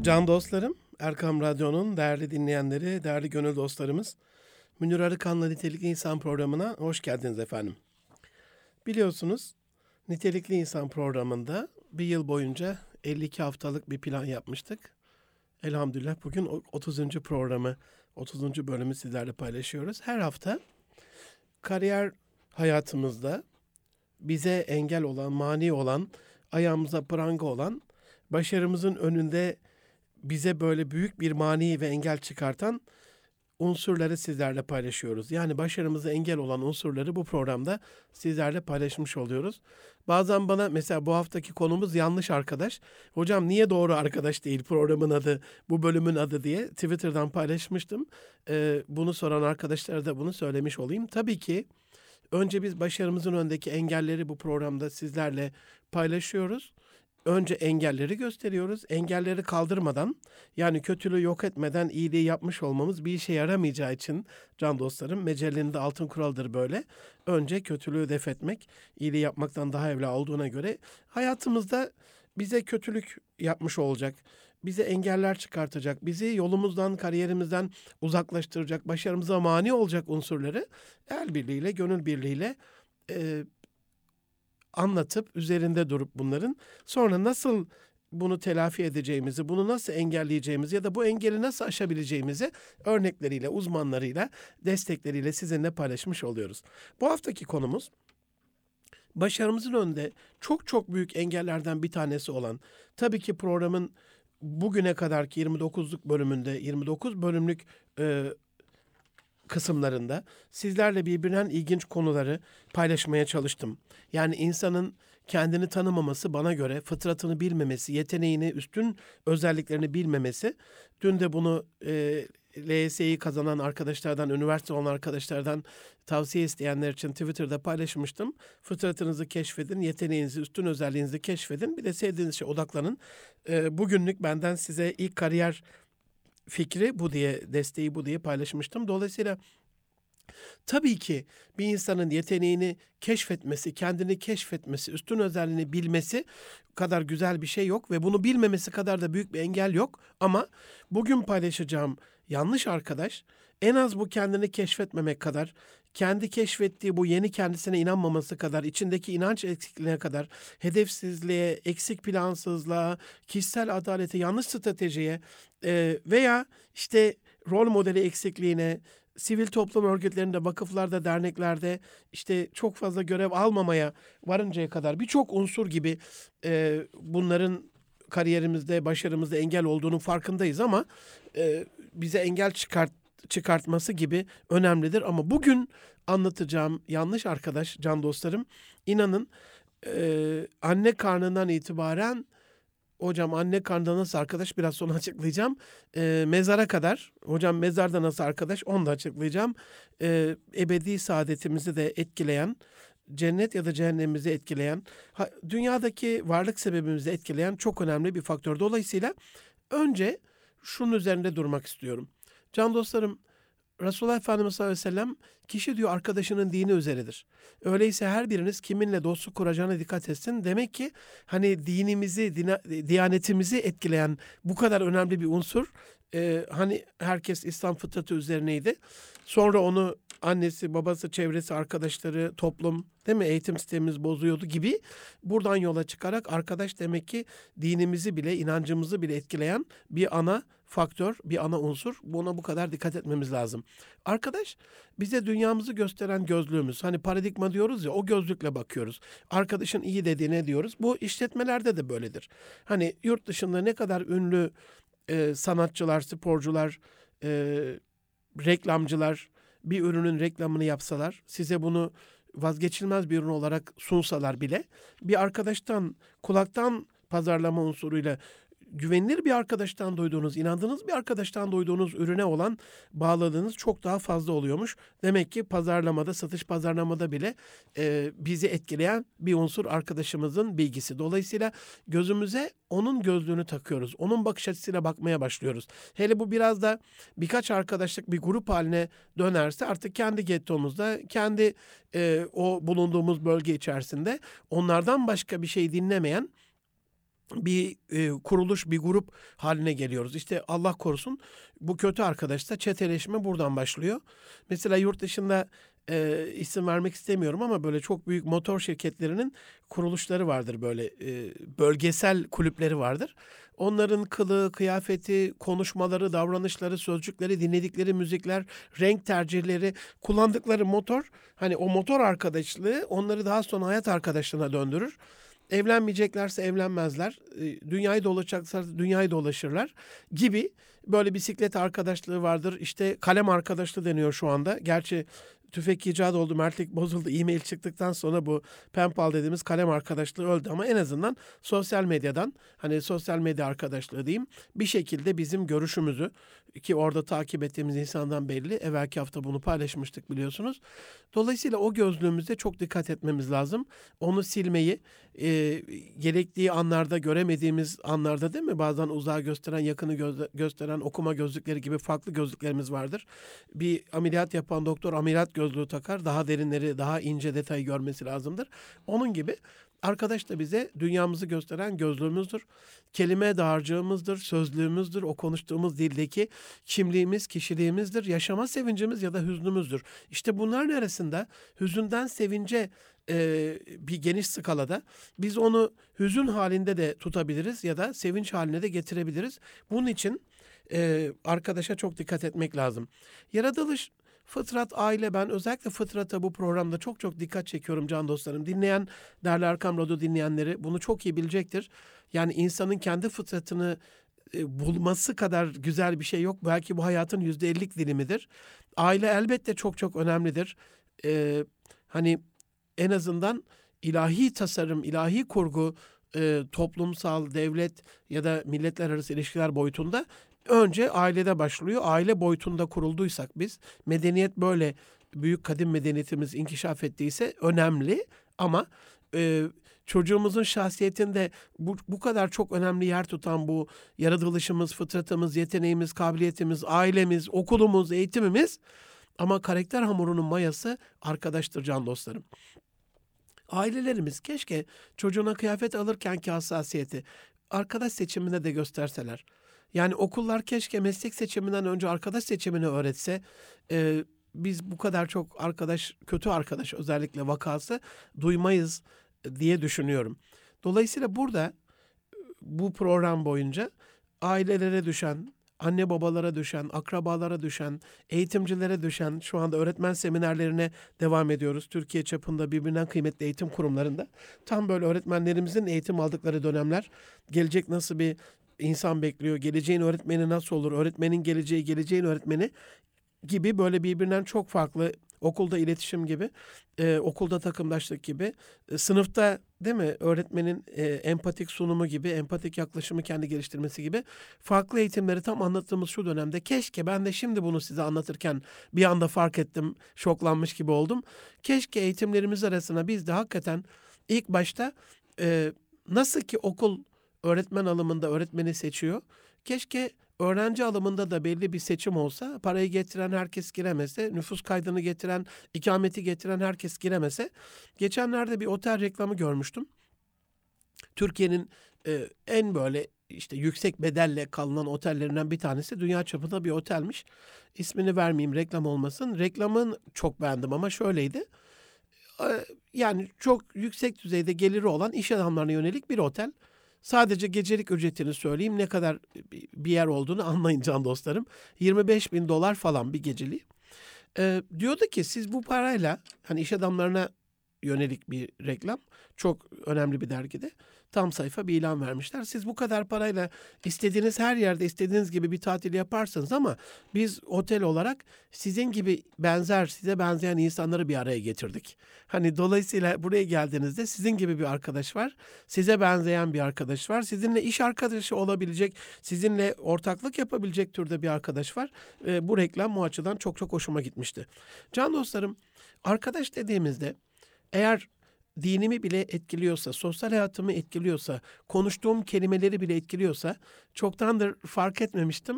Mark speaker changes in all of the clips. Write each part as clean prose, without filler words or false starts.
Speaker 1: Can dostlarım, Erkam Radyo'nun değerli dinleyenleri, değerli gönül dostlarımız, Münir Arıkan'la Nitelikli İnsan programına hoş geldiniz efendim. Biliyorsunuz, Nitelikli İnsan programında bir yıl boyunca 52 haftalık bir plan yapmıştık. Elhamdülillah bugün 30. programı, 30. bölümü sizlerle paylaşıyoruz. Her hafta kariyer hayatımızda bize engel olan, mani olan, ayağımıza pranga olan, başarımızın önünde bize böyle büyük bir mani ve engel çıkartan unsurları sizlerle paylaşıyoruz. Yani başarımıza engel olan unsurları bu programda sizlerle paylaşmış oluyoruz. Bazen bana mesela bu haftaki konumuz yanlış arkadaş. Hocam niye doğru arkadaş değil programın adı, bu bölümün adı diye Twitter'dan paylaşmıştım. Bunu soran arkadaşlara da bunu söylemiş olayım. Tabii ki önce biz başarımızın önündeki engelleri bu programda sizlerle paylaşıyoruz. Önce engelleri gösteriyoruz. Engelleri kaldırmadan, yani kötülüğü yok etmeden iyiliği yapmış olmamız bir işe yaramayacağı için can dostlarım, mecellenin de altın kuralıdır böyle. Önce kötülüğü def etmek, iyiliği yapmaktan daha evla olduğuna göre hayatımızda bize kötülük yapmış olacak, bize engeller çıkartacak, bizi yolumuzdan, kariyerimizden uzaklaştıracak, başarımıza mani olacak unsurları el birliğiyle, gönül birliğiyle anlatıp üzerinde durup bunların sonra nasıl bunu telafi edeceğimizi, bunu nasıl engelleyeceğimizi ya da bu engeli nasıl aşabileceğimizi örnekleriyle, uzmanlarıyla, destekleriyle sizinle paylaşmış oluyoruz. Bu haftaki konumuz başarımızın önünde çok çok büyük engellerden bir tanesi olan, tabii ki programın bugüne kadarki 29'luk bölümünde, 29 bölümlük kısımlarında sizlerle birbirinden ilginç konuları paylaşmaya çalıştım. Yani insanın kendini tanımaması, bana göre fıtratını bilmemesi, yeteneğini, üstün özelliklerini bilmemesi. Dün de bunu LYS'yi kazanan arkadaşlardan, üniversite olan arkadaşlardan tavsiye isteyenler için Twitter'da paylaşmıştım. Fıtratınızı keşfedin, yeteneğinizi, üstün özelliğinizi keşfedin. Bir de sevdiğiniz şeye odaklanın. Bugünlük benden size ilk kariyer fikri bu diye, desteği bu diye paylaşmıştım. Dolayısıyla tabii ki bir insanın yeteneğini keşfetmesi, kendini keşfetmesi, üstün özelliğini bilmesi kadar güzel bir şey yok ve bunu bilmemesi kadar da büyük bir engel yok. Ama bugün paylaşacağım yanlış arkadaş en az bu kendini keşfetmemek kadar, kendi keşfettiği bu yeni kendisine inanmaması kadar, içindeki inanç eksikliğine kadar, hedefsizliğe, eksik plansızlığa, kişisel adalete, yanlış stratejiye veya işte rol modeli eksikliğine, sivil toplum örgütlerinde, vakıflarda, derneklerde işte çok fazla görev almamaya varıncaya kadar birçok unsur gibi bunların kariyerimizde, başarımızda engel olduğunun farkındayız ama bize engel çıkartması gibi önemlidir. Ama bugün anlatacağım yanlış arkadaş, can dostlarım, inanın anne karnından itibaren, hocam anne karnında nasıl arkadaş, biraz sonra açıklayacağım. Mezara kadar, hocam mezarda nasıl arkadaş, onu da açıklayacağım. Ebedi saadetimizi de etkileyen, cennet ya da cehennemimizi etkileyen, dünyadaki varlık sebebimizi etkileyen çok önemli bir faktör. Dolayısıyla önce şunun üzerinde durmak istiyorum. Can dostlarım, Resulullah Efendimiz sallallahu aleyhi ve sellem, kişi diyor arkadaşının dini üzeridir. Öyleyse her biriniz kiminle dostluk kuracağına dikkat etsin. Demek ki hani dinimizi, diyanetimizi etkileyen bu kadar önemli bir unsur. Hani herkes İslam fıtratı üzerineydi. Sonra onu annesi, babası, çevresi, arkadaşları, toplum, değil mi, eğitim sistemimiz bozuyordu gibi. Buradan yola çıkarak arkadaş demek ki dinimizi bile, inancımızı bile etkileyen bir ana faktör, bir ana unsur. Buna bu kadar dikkat etmemiz lazım. Arkadaş bize dünyamızı gösteren gözlüğümüz. Hani paradigma diyoruz ya, o gözlükle bakıyoruz. Arkadaşın iyi dediğine diyoruz. Bu işletmelerde de böyledir. Hani yurt dışında ne kadar ünlü sanatçılar, sporcular, reklamcılar bir ürünün reklamını yapsalar, size bunu vazgeçilmez bir ürün olarak sunsalar bile, bir arkadaştan, kulaktan pazarlama unsuruyla güvenilir bir arkadaştan duyduğunuz, inandığınız bir arkadaştan duyduğunuz ürüne olan bağlılığınız çok daha fazla oluyormuş. Demek ki pazarlamada, satış pazarlamada bile bizi etkileyen bir unsur arkadaşımızın bilgisi. Dolayısıyla gözümüze onun gözlüğünü takıyoruz. Onun bakış açısıyla bakmaya başlıyoruz. Hele bu biraz da birkaç arkadaşlık bir grup haline dönerse artık kendi gettomuzda, kendi o bulunduğumuz bölge içerisinde onlardan başka bir şey dinlemeyen, bir kuruluş, bir grup haline geliyoruz. İşte Allah korusun bu kötü arkadaşsa çeteleşme buradan başlıyor. Mesela yurt dışında isim vermek istemiyorum ama böyle çok büyük motor şirketlerinin kuruluşları vardır, böyle bölgesel kulüpleri vardır. Onların kılığı, kıyafeti, konuşmaları, davranışları, sözcükleri, dinledikleri müzikler, renk tercihleri, kullandıkları motor, hani o motor arkadaşlığı onları daha sonra hayat arkadaşlığına döndürür. Evlenmeyeceklerse evlenmezler, dünyayı dolaşacaklarsa dünyayı dolaşırlar gibi böyle bisiklet arkadaşlığı vardır. İşte kalem arkadaşlığı deniyor şu anda. Gerçi tüfek icat oldu, mertlik bozuldu, e-mail çıktıktan sonra bu penpal dediğimiz kalem arkadaşlığı öldü ama en azından sosyal medyadan, hani sosyal medya arkadaşlığı diyeyim, bir şekilde bizim görüşümüzü, ki orada takip ettiğimiz insandan belli. Evvelki hafta bunu paylaşmıştık biliyorsunuz. Dolayısıyla o gözlüğümüzde çok dikkat etmemiz lazım. Onu silmeyi, gerektiği anlarda, göremediğimiz anlarda, değil mi? Bazen uzağı gösteren, yakını gösteren okuma gözlükleri gibi farklı gözlüklerimiz vardır. Bir ameliyat yapan doktor ameliyat gözlüğü takar. Daha derinleri, daha ince detayı görmesi lazımdır. Onun gibi arkadaş da bize dünyamızı gösteren gözlüğümüzdür. Kelime dağarcığımızdır, sözlüğümüzdür. O konuştuğumuz dildeki kimliğimiz, kişiliğimizdir. Yaşama sevincimiz ya da hüznümüzdür. İşte bunların arasında hüzünden sevince bir geniş skalada biz onu hüzün halinde de tutabiliriz ya da sevinç haline de getirebiliriz. Bunun için arkadaşa çok dikkat etmek lazım. Yaratılış, fıtrat, aile, ben özellikle fıtrata bu programda çok çok dikkat çekiyorum can dostlarım. Dinleyen, Değerli Erkam Radyo dinleyenleri bunu çok iyi bilecektir. Yani insanın kendi fıtratını bulması kadar güzel bir şey yok. Belki bu hayatın %50'lik dilimidir. Aile elbette çok çok önemlidir. Hani en azından ilahi tasarım, ilahi kurgu, toplumsal, devlet ya da milletler arası ilişkiler boyutunda önce ailede başlıyor. Aile boyutunda kurulduysak biz, medeniyet böyle büyük kadim medeniyetimiz inkişaf ettiyse önemli ama çocuğumuzun şahsiyetinde bu kadar çok önemli yer tutan bu yaratılışımız, fıtratımız, yeteneğimiz, kabiliyetimiz, ailemiz, okulumuz, eğitimimiz, ama karakter hamurunun mayası arkadaştır can dostlarım. Ailelerimiz keşke çocuğuna kıyafet alırkenki hassasiyeti arkadaş seçiminde de gösterseler. Yani okullar keşke meslek seçiminden önce arkadaş seçimini öğretse. Biz bu kadar çok arkadaş, kötü arkadaş özellikle vakası duymayız diye düşünüyorum. Dolayısıyla burada bu program boyunca ailelere düşen, anne babalara düşen, akrabalara düşen, eğitimcilere düşen, şu anda öğretmen seminerlerine devam ediyoruz. Türkiye çapında birbirinden kıymetli eğitim kurumlarında. Tam böyle öğretmenlerimizin eğitim aldıkları dönemler. Gelecek nasıl bir insan bekliyor? Geleceğin öğretmeni nasıl olur? Öğretmenin geleceği, geleceğin öğretmeni gibi böyle birbirinden çok farklı, okulda iletişim gibi, okulda takımdaşlık gibi, sınıfta değil mi öğretmenin empatik sunumu gibi, empatik yaklaşımı kendi geliştirmesi gibi farklı eğitimleri tam anlattığımız şu dönemde keşke ben de şimdi bunu size anlatırken bir anda fark ettim, şoklanmış gibi oldum. Keşke eğitimlerimiz arasına biz de hakikaten ilk başta nasıl ki okul öğretmen alımında öğretmeni seçiyor, keşke öğrenci alımında da belli bir seçim olsa, parayı getiren herkes giremese, nüfus kaydını getiren, ikameti getiren herkes giremese. Geçenlerde bir otel reklamı görmüştüm. Türkiye'nin en böyle işte yüksek bedelle kalınan otellerinden bir tanesi, dünya çapında bir otelmiş. İsmini vermeyeyim, reklam olmasın. Reklamın çok beğendim ama şöyleydi. Yani çok yüksek düzeyde geliri olan iş adamlarına yönelik bir otel. Sadece gecelik ücretini söyleyeyim, ne kadar bir yer olduğunu anlayın can dostlarım. $25.000 falan bir geceliği. Diyordu ki siz bu parayla, hani iş adamlarına yönelik bir reklam, çok önemli bir dergide tam sayfa bir ilan vermişler. Siz bu kadar parayla istediğiniz her yerde istediğiniz gibi bir tatil yaparsınız ama biz otel olarak sizin gibi size benzeyen insanları bir araya getirdik. Hani dolayısıyla buraya geldiğinizde sizin gibi bir arkadaş var, size benzeyen bir arkadaş var, sizinle iş arkadaşı olabilecek, sizinle ortaklık yapabilecek türde bir arkadaş var. Bu reklam bu açıdan çok çok hoşuma gitmişti. Can dostlarım, arkadaş dediğimizde eğer dinimi bile etkiliyorsa, sosyal hayatımı etkiliyorsa, konuştuğum kelimeleri bile etkiliyorsa, çoktandır fark etmemiştim.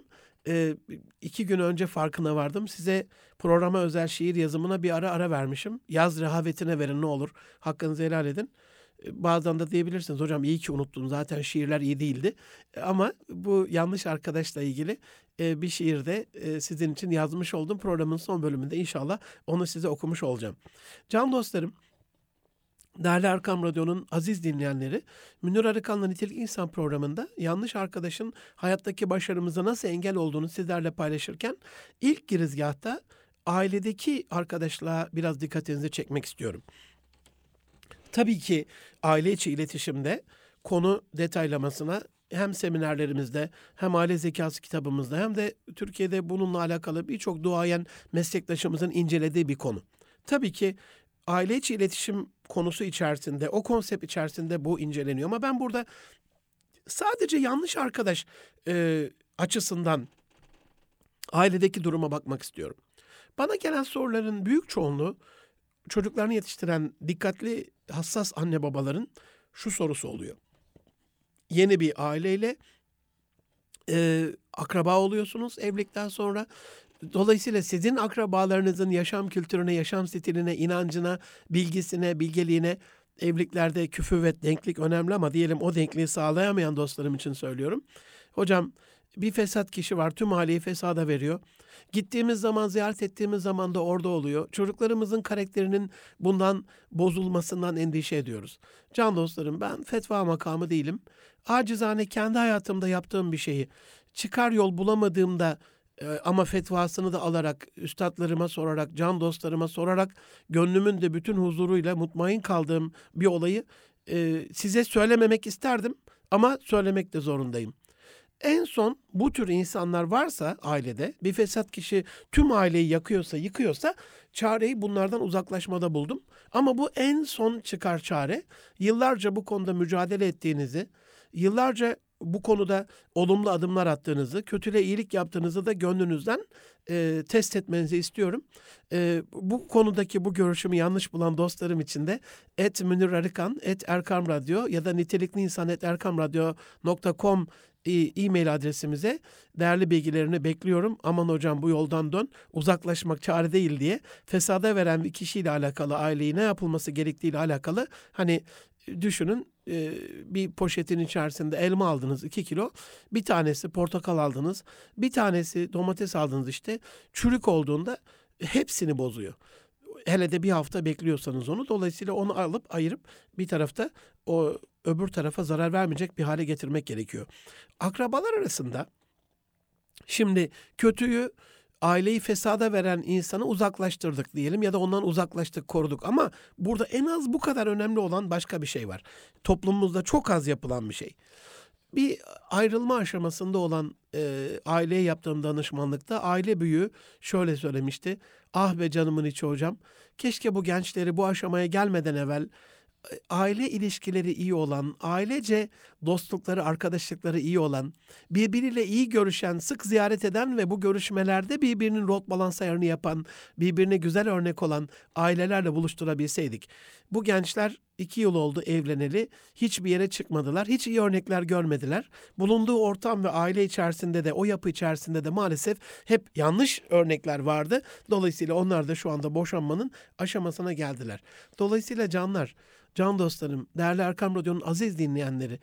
Speaker 1: 2 gün önce farkına vardım. Size programa özel şiir yazımına bir ara vermişim. Yaz rehavetine verin ne olur. Hakkınızı helal edin. Bazen de diyebilirsiniz hocam iyi ki unuttun zaten şiirler iyi değildi. Ama bu yanlış arkadaşla ilgili bir şiirde sizin için yazmış olduğum programın son bölümünde inşallah onu size okumuş olacağım. Can dostlarım, değerli Erkam Radyo'nun aziz dinleyenleri, Münir Arıkan'la Nitelik İnsan programında yanlış arkadaşın hayattaki başarımıza nasıl engel olduğunu sizlerle paylaşırken ilk girizgahta ailedeki arkadaşlığa biraz dikkatinizi çekmek istiyorum. Tabii ki aile içi iletişimde konu detaylamasına hem seminerlerimizde hem aile zekası kitabımızda hem de Türkiye'de bununla alakalı birçok duayen meslektaşımızın incelediği bir konu. Tabii ki aile içi iletişim konusu içerisinde, o konsept içerisinde bu inceleniyor. Ama ben burada sadece yanlış arkadaş açısından ailedeki duruma bakmak istiyorum. Bana gelen soruların büyük çoğunluğu çocuklarını yetiştiren dikkatli, hassas anne babaların şu sorusu oluyor. Yeni bir aileyle akraba oluyorsunuz evlilikten sonra. Dolayısıyla sizin akrabalarınızın yaşam kültürüne, yaşam stiline, inancına, bilgisine, bilgeliğine evliliklerde küfüvet, denklik önemli ama diyelim o denkliği sağlayamayan dostlarım için söylüyorum. Hocam bir fesat kişi var, tüm aileyi fesada veriyor. Gittiğimiz zaman, ziyaret ettiğimiz zaman da orada oluyor. Çocuklarımızın karakterinin bundan bozulmasından endişe ediyoruz. Can dostlarım, ben fetva makamı değilim. Acizane kendi hayatımda yaptığım bir şeyi çıkar yol bulamadığımda ama fetvasını da alarak, üstadlarıma sorarak, can dostlarıma sorarak gönlümün de bütün huzuruyla mutmain kaldığım bir olayı size söylememek isterdim ama söylemek de zorundayım. En son bu tür insanlar varsa ailede, bir fesat kişi tüm aileyi yakıyorsa, yıkıyorsa çareyi bunlardan uzaklaşmada buldum. Ama bu en son çıkar çare. Yıllarca bu konuda mücadele ettiğinizi, yıllarca bu konuda olumlu adımlar attığınızı, kötüyle iyilik yaptığınızı da gönlünüzden test etmenizi istiyorum. Bu konudaki bu görüşümü yanlış bulan dostlarım için de @münirarıkan, @erkamradyo ya da nitelikliinsan@erkamradyo.com e-mail adresimize değerli bilgilerini bekliyorum. Aman hocam bu yoldan dön, uzaklaşmak çare değil diye fesada veren bir kişiyle alakalı, aileyi ne yapılması gerektiğiyle alakalı hani düşünün bir poşetin içerisinde elma aldınız 2 kilo, bir tanesi portakal aldınız, bir tanesi domates aldınız işte çürük olduğunda hepsini bozuyor. Hele de bir hafta bekliyorsanız onu. Dolayısıyla onu alıp ayırıp bir tarafta o öbür tarafa zarar vermeyecek bir hale getirmek gerekiyor. Akrabalar arasında şimdi kötüyü, aileyi fesada veren insanı uzaklaştırdık diyelim ya da ondan uzaklaştık, koruduk. Ama burada en az bu kadar önemli olan başka bir şey var. Toplumumuzda çok az yapılan bir şey. Bir ayrılma aşamasında olan aileye yaptığım danışmanlıkta aile büyüğü şöyle söylemişti. Ah be canımın içi hocam, keşke bu gençleri bu aşamaya gelmeden evvel aile ilişkileri iyi olan, ailece dostlukları, arkadaşlıkları iyi olan, birbiriyle iyi görüşen, sık ziyaret eden ve bu görüşmelerde birbirinin rot balans ayarını yapan, birbirine güzel örnek olan ailelerle buluşturabilseydik. Bu gençler 2 yıl oldu evleneli, hiçbir yere çıkmadılar, hiç iyi örnekler görmediler. Bulunduğu ortam ve aile içerisinde de, o yapı içerisinde de maalesef hep yanlış örnekler vardı. Dolayısıyla onlar da şu anda boşanmanın aşamasına geldiler. Dolayısıyla canlar, can dostlarım, değerli Erkam Radyo'nun aziz dinleyenleri,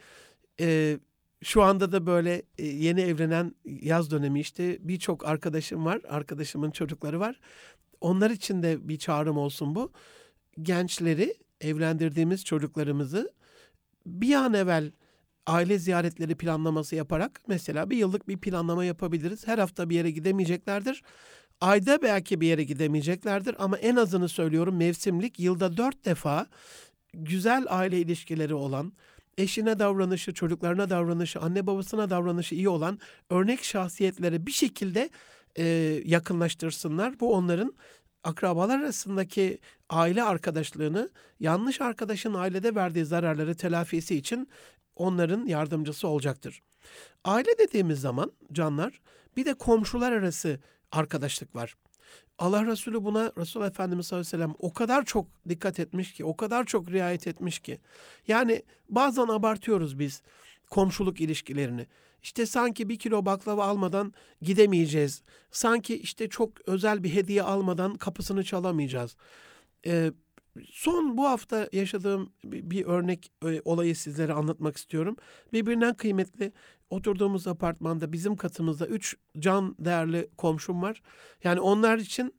Speaker 1: şu anda da böyle yeni evlenen yaz dönemi işte birçok arkadaşım var, arkadaşımın çocukları var. Onlar için de bir çağrım olsun bu. Gençleri, evlendirdiğimiz çocuklarımızı bir an evvel aile ziyaretleri planlaması yaparak mesela bir yıllık bir planlama yapabiliriz. Her hafta bir yere gidemeyeceklerdir. Ayda belki bir yere gidemeyeceklerdir ama en azını söylüyorum mevsimlik yılda 4 defa güzel aile ilişkileri olan, eşine davranışı, çocuklarına davranışı, anne babasına davranışı iyi olan örnek şahsiyetlere bir şekilde yakınlaştırsınlar. Bu onların akrabalar arasındaki aile arkadaşlığını, yanlış arkadaşın ailede verdiği zararları telafisi için onların yardımcısı olacaktır. Aile dediğimiz zaman canlar bir de komşular arası arkadaşlık var. Allah Resulü buna, Resulullah Efendimiz sallallahu aleyhi ve sellem o kadar çok dikkat etmiş ki, o kadar çok riayet etmiş ki. Yani bazen abartıyoruz biz komşuluk ilişkilerini. İşte sanki 1 kilo baklava almadan gidemeyeceğiz. Sanki işte çok özel bir hediye almadan kapısını çalamayacağız. Son bu hafta yaşadığım bir örnek olayı sizlere anlatmak istiyorum. Birbirinden kıymetli oturduğumuz apartmanda bizim katımızda 3 can değerli komşum var. Yani onlar için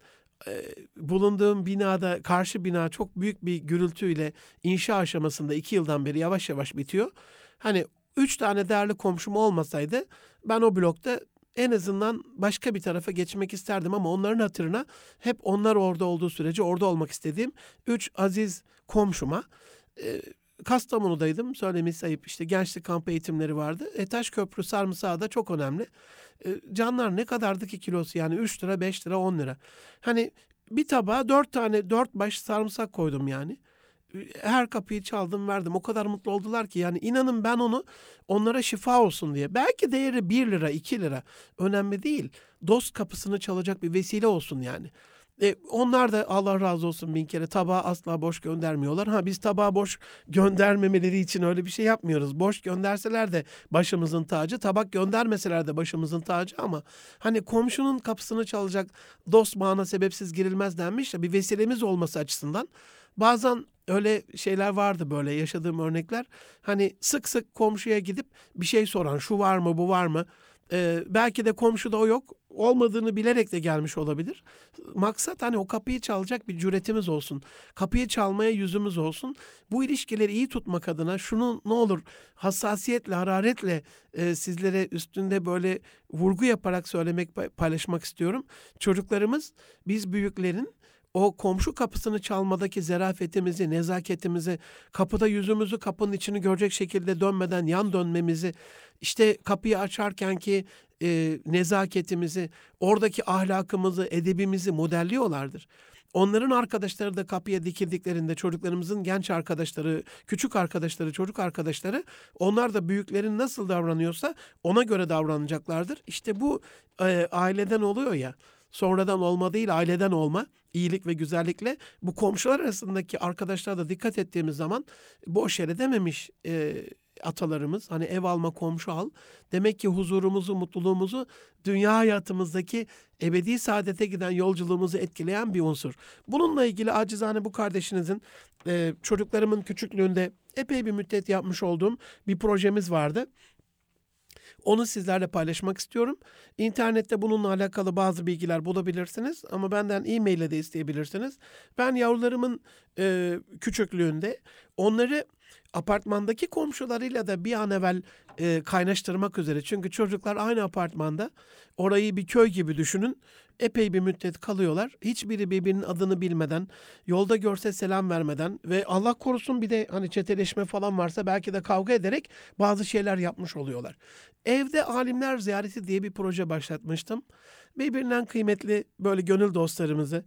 Speaker 1: bulunduğum binada karşı bina çok büyük bir gürültüyle inşa aşamasında 2 yıldan beri yavaş yavaş bitiyor. Hani 3 tane değerli komşum olmasaydı ben o blokta en azından başka bir tarafa geçmek isterdim ama onların hatırına hep onlar orada olduğu sürece orada olmak istediğim 3 aziz komşuma Kastamonu'daydım. Söylemesi ayıp, işte gençlik kamp eğitimleri vardı. Taşköprü sarımsağı da çok önemli. Canlar ne kadardı ki kilosu, yani 3 lira, 5 lira, 10 lira. Hani bir tabağa 4 baş sarımsak koydum yani. Her kapıyı çaldım verdim. O kadar mutlu oldular ki, yani inanın ben onu onlara şifa olsun diye. Belki değeri 1 lira 2 lira önemli değil. Dost kapısını çalacak bir vesile olsun yani. Onlar da Allah razı olsun bin kere tabağı asla boş göndermiyorlar. Ha, biz tabağı boş göndermemeleri için öyle bir şey yapmıyoruz. Boş gönderseler de başımızın tacı, tabak göndermeseler de başımızın tacı, ama hani komşunun kapısını çalacak dost bağına sebepsiz girilmez denmiş ya, bir vesilemiz olması açısından. Bazen öyle şeyler vardı, böyle yaşadığım örnekler. Hani sık sık komşuya gidip bir şey soran, şu var mı, bu var mı? Belki de komşuda o yok. Olmadığını bilerek de gelmiş olabilir. Maksat hani o kapıyı çalacak bir cüretimiz olsun. Kapıyı çalmaya yüzümüz olsun. Bu ilişkileri iyi tutmak adına şunu ne olur hassasiyetle, hararetle sizlere üstünde böyle vurgu yaparak söylemek, paylaşmak istiyorum. Çocuklarımız, biz büyüklerin o komşu kapısını çalmadaki zerafetimizi, nezaketimizi, kapıda yüzümüzü kapının içini görecek şekilde dönmeden yan dönmemizi, işte kapıyı açarkenki nezaketimizi, oradaki ahlakımızı, edebimizi modelliyorlardır. Onların arkadaşları da kapıya dikildiklerinde, çocuklarımızın genç arkadaşları, küçük arkadaşları, çocuk arkadaşları, onlar da büyüklerin nasıl davranıyorsa ona göre davranacaklardır. İşte bu aileden oluyor ya. Sonradan olma değil, aileden olma, iyilik ve güzellikle. Bu komşular arasındaki arkadaşlara da dikkat ettiğimiz zaman boş yere dememiş atalarımız. Hani ev alma, komşu al. Demek ki huzurumuzu, mutluluğumuzu, dünya hayatımızdaki ebedi saadete giden yolculuğumuzu etkileyen bir unsur. Bununla ilgili acizane bu kardeşinizin çocuklarımın küçüklüğünde epey bir müddet yapmış olduğum bir projemiz vardı. Onu sizlerle paylaşmak istiyorum. İnternette bununla alakalı bazı bilgiler bulabilirsiniz ama benden e-mail ile de isteyebilirsiniz. Ben yavrularımın küçüklüğünde onları apartmandaki komşularıyla da bir an evvel kaynaştırmak üzere. Çünkü çocuklar aynı apartmanda, orayı bir köy gibi düşünün. Epey bir müddet kalıyorlar. Hiçbiri birbirinin adını bilmeden, yolda görse selam vermeden ve Allah korusun bir de hani çeteleşme falan varsa belki de kavga ederek bazı şeyler yapmış oluyorlar. Evde alimler ziyareti diye bir proje başlatmıştım. Birbirinden kıymetli böyle gönül dostlarımızı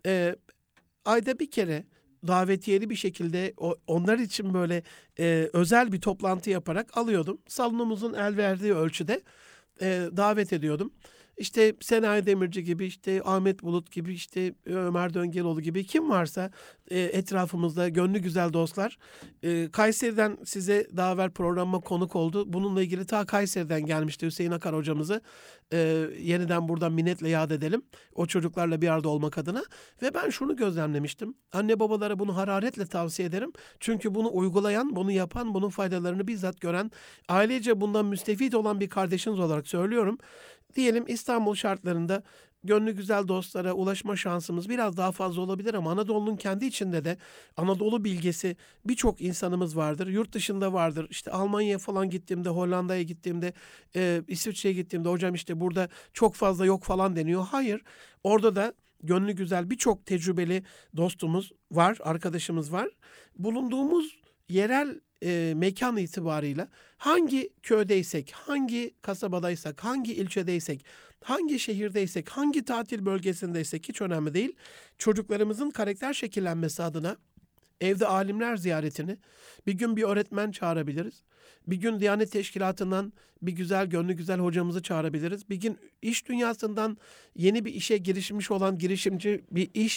Speaker 1: ayda bir kere davetiyeli bir şekilde onlar için böyle özel bir toplantı yaparak alıyordum. Salonumuzun el verdiği ölçüde davet ediyordum. İşte Senayi Demirci gibi, işte Ahmet Bulut gibi, işte Ömer Döngeloğlu gibi kim varsa etrafımızda gönlü güzel dostlar. Kayseri'den size daha evvel programıma konuk oldu. Bununla ilgili ta Kayseri'den gelmişti Hüseyin Akar hocamızı. Yeniden buradan minnetle yad edelim. O çocuklarla bir arada olmak adına. Ve ben şunu gözlemlemiştim. Anne babalara bunu hararetle tavsiye ederim. Çünkü bunu uygulayan, bunu yapan, bunun faydalarını bizzat gören, ailece bundan müstefit olan bir kardeşiniz olarak söylüyorum. Diyelim İstanbul şartlarında gönlü güzel dostlara ulaşma şansımız biraz daha fazla olabilir ama Anadolu'nun kendi içinde de Anadolu bilgesi birçok insanımız vardır. Yurt dışında vardır. İşte Almanya'ya falan gittiğimde, Hollanda'ya gittiğimde, İsviçre'ye gittiğimde hocam işte burada çok fazla yok falan deniyor. Hayır, orada da gönlü güzel birçok tecrübeli dostumuz var, arkadaşımız var. Bulunduğumuz yerel mekan itibarıyla hangi köydeysek, hangi kasabadaysak, hangi ilçedeysek, hangi şehirdeysek, hangi tatil bölgesindeysek hiç önemli değil. Çocuklarımızın karakter şekillenmesi adına evde alimler ziyaretini, bir gün bir öğretmen çağırabiliriz. Bir gün Diyanet Teşkilatı'ndan bir güzel, gönlü güzel hocamızı çağırabiliriz. Bir gün iş dünyasından yeni bir işe girişmiş olan girişimci bir iş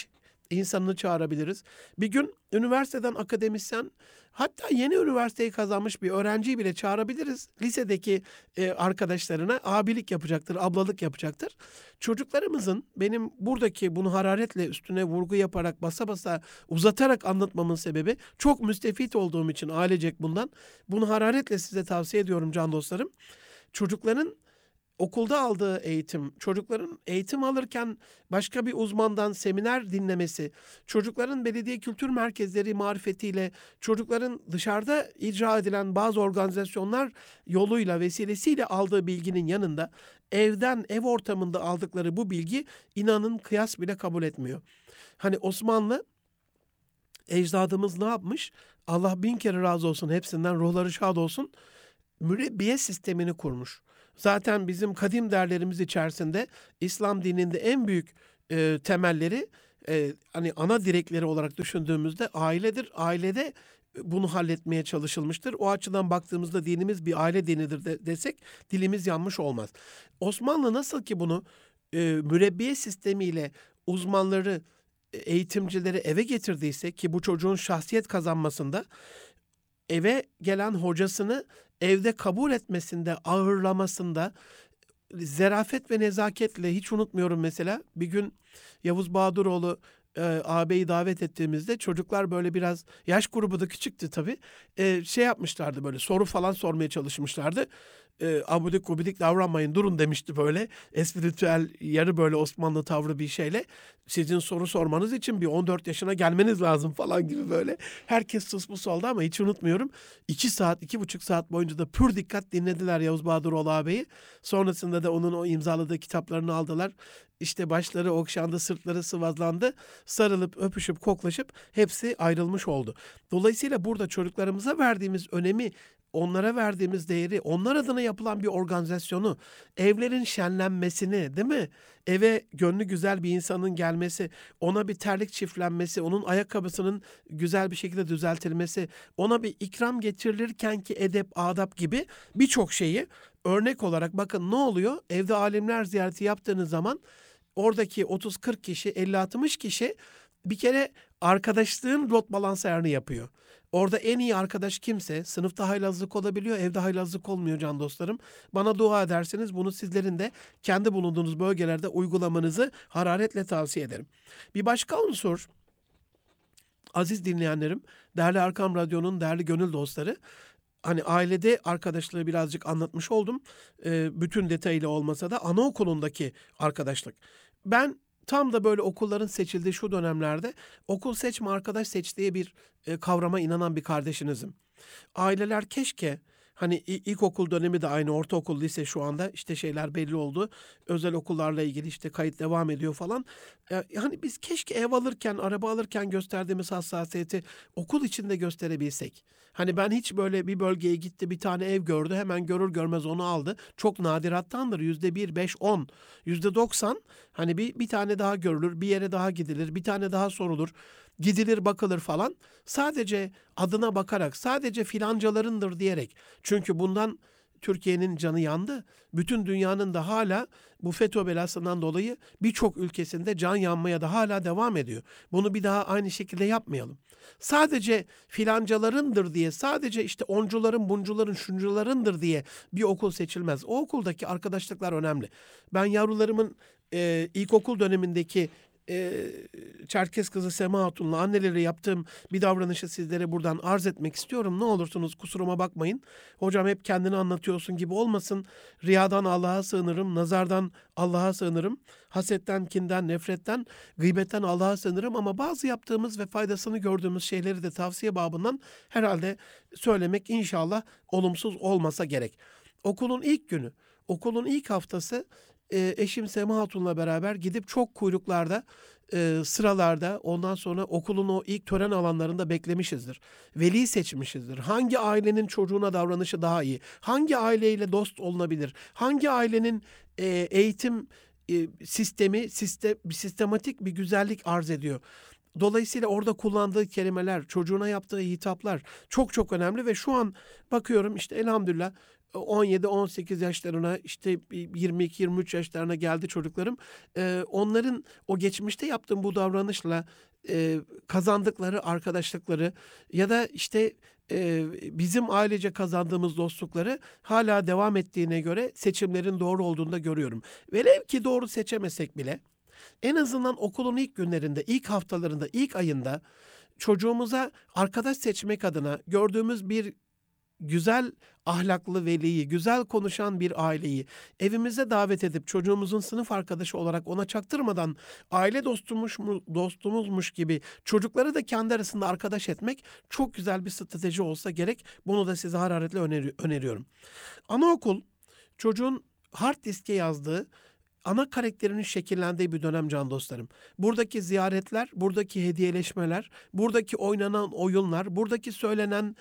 Speaker 1: insanını çağırabiliriz. Bir gün üniversiteden akademisyen, hatta yeni üniversiteyi kazanmış bir öğrenciyi bile çağırabiliriz. Lisedeki arkadaşlarına abilik yapacaktır, ablalık yapacaktır. Çocuklarımızın, benim buradaki bunu hararetle üstüne vurgu yaparak, basa basa uzatarak anlatmamın sebebi, çok müstefit olduğum için ailecek bundan. Bunu hararetle size tavsiye ediyorum can dostlarım. Çocukların okulda aldığı eğitim, çocukların eğitim alırken başka bir uzmandan seminer dinlemesi, çocukların belediye kültür merkezleri marifetiyle, çocukların dışarıda icra edilen bazı organizasyonlar yoluyla, vesilesiyle aldığı bilginin yanında evden, ev ortamında aldıkları bu bilgi, inanın kıyas bile kabul etmiyor. Hani Osmanlı ecdadımız ne yapmış? Allah bin kere razı olsun hepsinden, ruhları şad olsun. Mürebbiye sistemini kurmuş. Zaten bizim kadim değerlerimiz içerisinde İslam dininde en büyük temelleri, hani ana direkleri olarak düşündüğümüzde ailedir. Ailede bunu halletmeye çalışılmıştır. O açıdan baktığımızda dinimiz bir aile dinidir desek dilimiz yanmış olmaz. Osmanlı nasıl ki bunu mürebbiye sistemiyle uzmanları, eğitimcileri eve getirdiyse, ki bu çocuğun şahsiyet kazanmasında, eve gelen hocasını evde kabul etmesinde, ağırlamasında, zerafet ve nezaketle, hiç unutmuyorum mesela, bir gün Yavuz Bahadıroğlu ağabeyi davet ettiğimizde, çocuklar böyle biraz, yaş grubu da küçüktü tabii, şey yapmışlardı, böyle soru falan sormaya çalışmışlardı. Abudik gubidik davranmayın, durun demişti böyle. Espritüel, yarı böyle Osmanlı tavrı bir şeyle. Sizin soru sormanız için bir 14 yaşına gelmeniz lazım falan gibi böyle. Herkes susmuş oldu ama hiç unutmuyorum. 2 saat, 2,5 saat boyunca da pür dikkat dinlediler Yavuz Bahadıroğlu ağabeyi. Sonrasında da onun o imzaladığı kitaplarını aldılar. İşte başları okşandı, sırtları sıvazlandı. Sarılıp, öpüşüp, koklaşıp hepsi ayrılmış oldu. Dolayısıyla burada çocuklarımıza verdiğimiz önemi, onlara verdiğimiz değeri, onlar adına yapılan bir organizasyonu, evlerin şenlenmesini, değil mi? Eve gönlü güzel bir insanın gelmesi, ona bir terlik çiftlenmesi, onun ayakkabısının güzel bir şekilde düzeltilmesi, ona bir ikram getirilirken ki edep, adap gibi birçok şeyi örnek olarak, bakın ne oluyor? Evde alimler ziyareti yaptığınız zaman oradaki 30-40 kişi, 50-60 kişi bir kere arkadaşlığın rot balans ayarını yapıyor. Orada en iyi arkadaş kimse, sınıfta haylazlık olabiliyor, evde haylazlık olmuyor can dostlarım. Bana dua ederseniz bunu sizlerin de kendi bulunduğunuz bölgelerde uygulamanızı hararetle tavsiye ederim. Bir başka unsur, aziz dinleyenlerim, değerli Erkam Radyo'nun değerli gönül dostları, hani ailede arkadaşlığı birazcık anlatmış oldum. Bütün detayıyla olmasa da anaokulundaki arkadaşlık. Ben tam da böyle okulların seçildiği şu dönemlerde okul seçme, arkadaş seç diye bir kavrama inanan bir kardeşinizim. Aileler keşke, hani ilkokul dönemi de aynı, ortaokul, lise, şu anda işte şeyler belli oldu. Özel okullarla ilgili işte kayıt devam ediyor falan. Hani biz keşke ev alırken, araba alırken gösterdiğimiz hassasiyeti okul içinde gösterebilsek. Hani ben hiç böyle bir bölgeye gitti, bir tane ev gördü, hemen görür görmez onu aldı. Çok nadirattandır. %1, 5, 10, %90 hani bir tane daha görülür, bir yere daha gidilir, bir tane daha sorulur. Gidilir, bakılır falan. Sadece adına bakarak, sadece filancalarındır diyerek. Çünkü bundan Türkiye'nin canı yandı. Bütün dünyanın da hala bu FETÖ belasından dolayı birçok ülkesinde can yanmaya da hala devam ediyor. Bunu bir daha aynı şekilde yapmayalım. Sadece filancalarındır diye, sadece işte oncuların, buncuların, şuncularındır diye bir okul seçilmez. O okuldaki arkadaşlıklar önemli. Ben yavrularımın ilkokul dönemindeki Çerkez kızı Sema Hatun'la anneleri yaptığım bir davranışı sizlere buradan arz etmek istiyorum. Ne olursunuz kusuruma bakmayın. Hocam hep kendini anlatıyorsun gibi olmasın. Riyadan Allah'a sığınırım, nazardan Allah'a sığınırım, hasetten, kinden, nefretten, gıybetten Allah'a sığınırım, ama bazı yaptığımız ve faydasını gördüğümüz şeyleri de tavsiye babından herhalde söylemek inşallah olumsuz olmasa gerek. Okulun ilk günü, okulun ilk haftası, eşim Sema Hatun'la beraber gidip çok kuyruklarda, sıralarda, ondan sonra okulun o ilk tören alanlarında beklemişizdir. Veli seçmişizdir. Hangi ailenin çocuğuna davranışı daha iyi? Hangi aileyle dost olunabilir? Hangi ailenin eğitim sistemi sistematik bir güzellik arz ediyor? Dolayısıyla orada kullandığı kelimeler, çocuğuna yaptığı hitaplar çok çok önemli ve şu an bakıyorum işte elhamdülillah 17-18 yaşlarına, işte 22-23 yaşlarına geldi çocuklarım. Onların o geçmişte yaptığım bu davranışla kazandıkları arkadaşlıkları ya da işte bizim ailece kazandığımız dostlukları hala devam ettiğine göre seçimlerin doğru olduğunu da görüyorum. Velev ki doğru seçemesek bile en azından okulun ilk günlerinde, ilk haftalarında, ilk ayında çocuğumuza arkadaş seçmek adına gördüğümüz bir güzel ahlaklı veliyi, güzel konuşan bir aileyi evimize davet edip çocuğumuzun sınıf arkadaşı olarak ona çaktırmadan aile dostumuzmuş gibi çocukları da kendi arasında arkadaş etmek çok güzel bir strateji olsa gerek. Bunu da size hararetle öneriyorum. Anaokul çocuğun hard diske yazdığı, ana karakterinin şekillendiği bir dönem can dostlarım. Buradaki ziyaretler, buradaki hediyeleşmeler, buradaki oynanan oyunlar, buradaki söylenen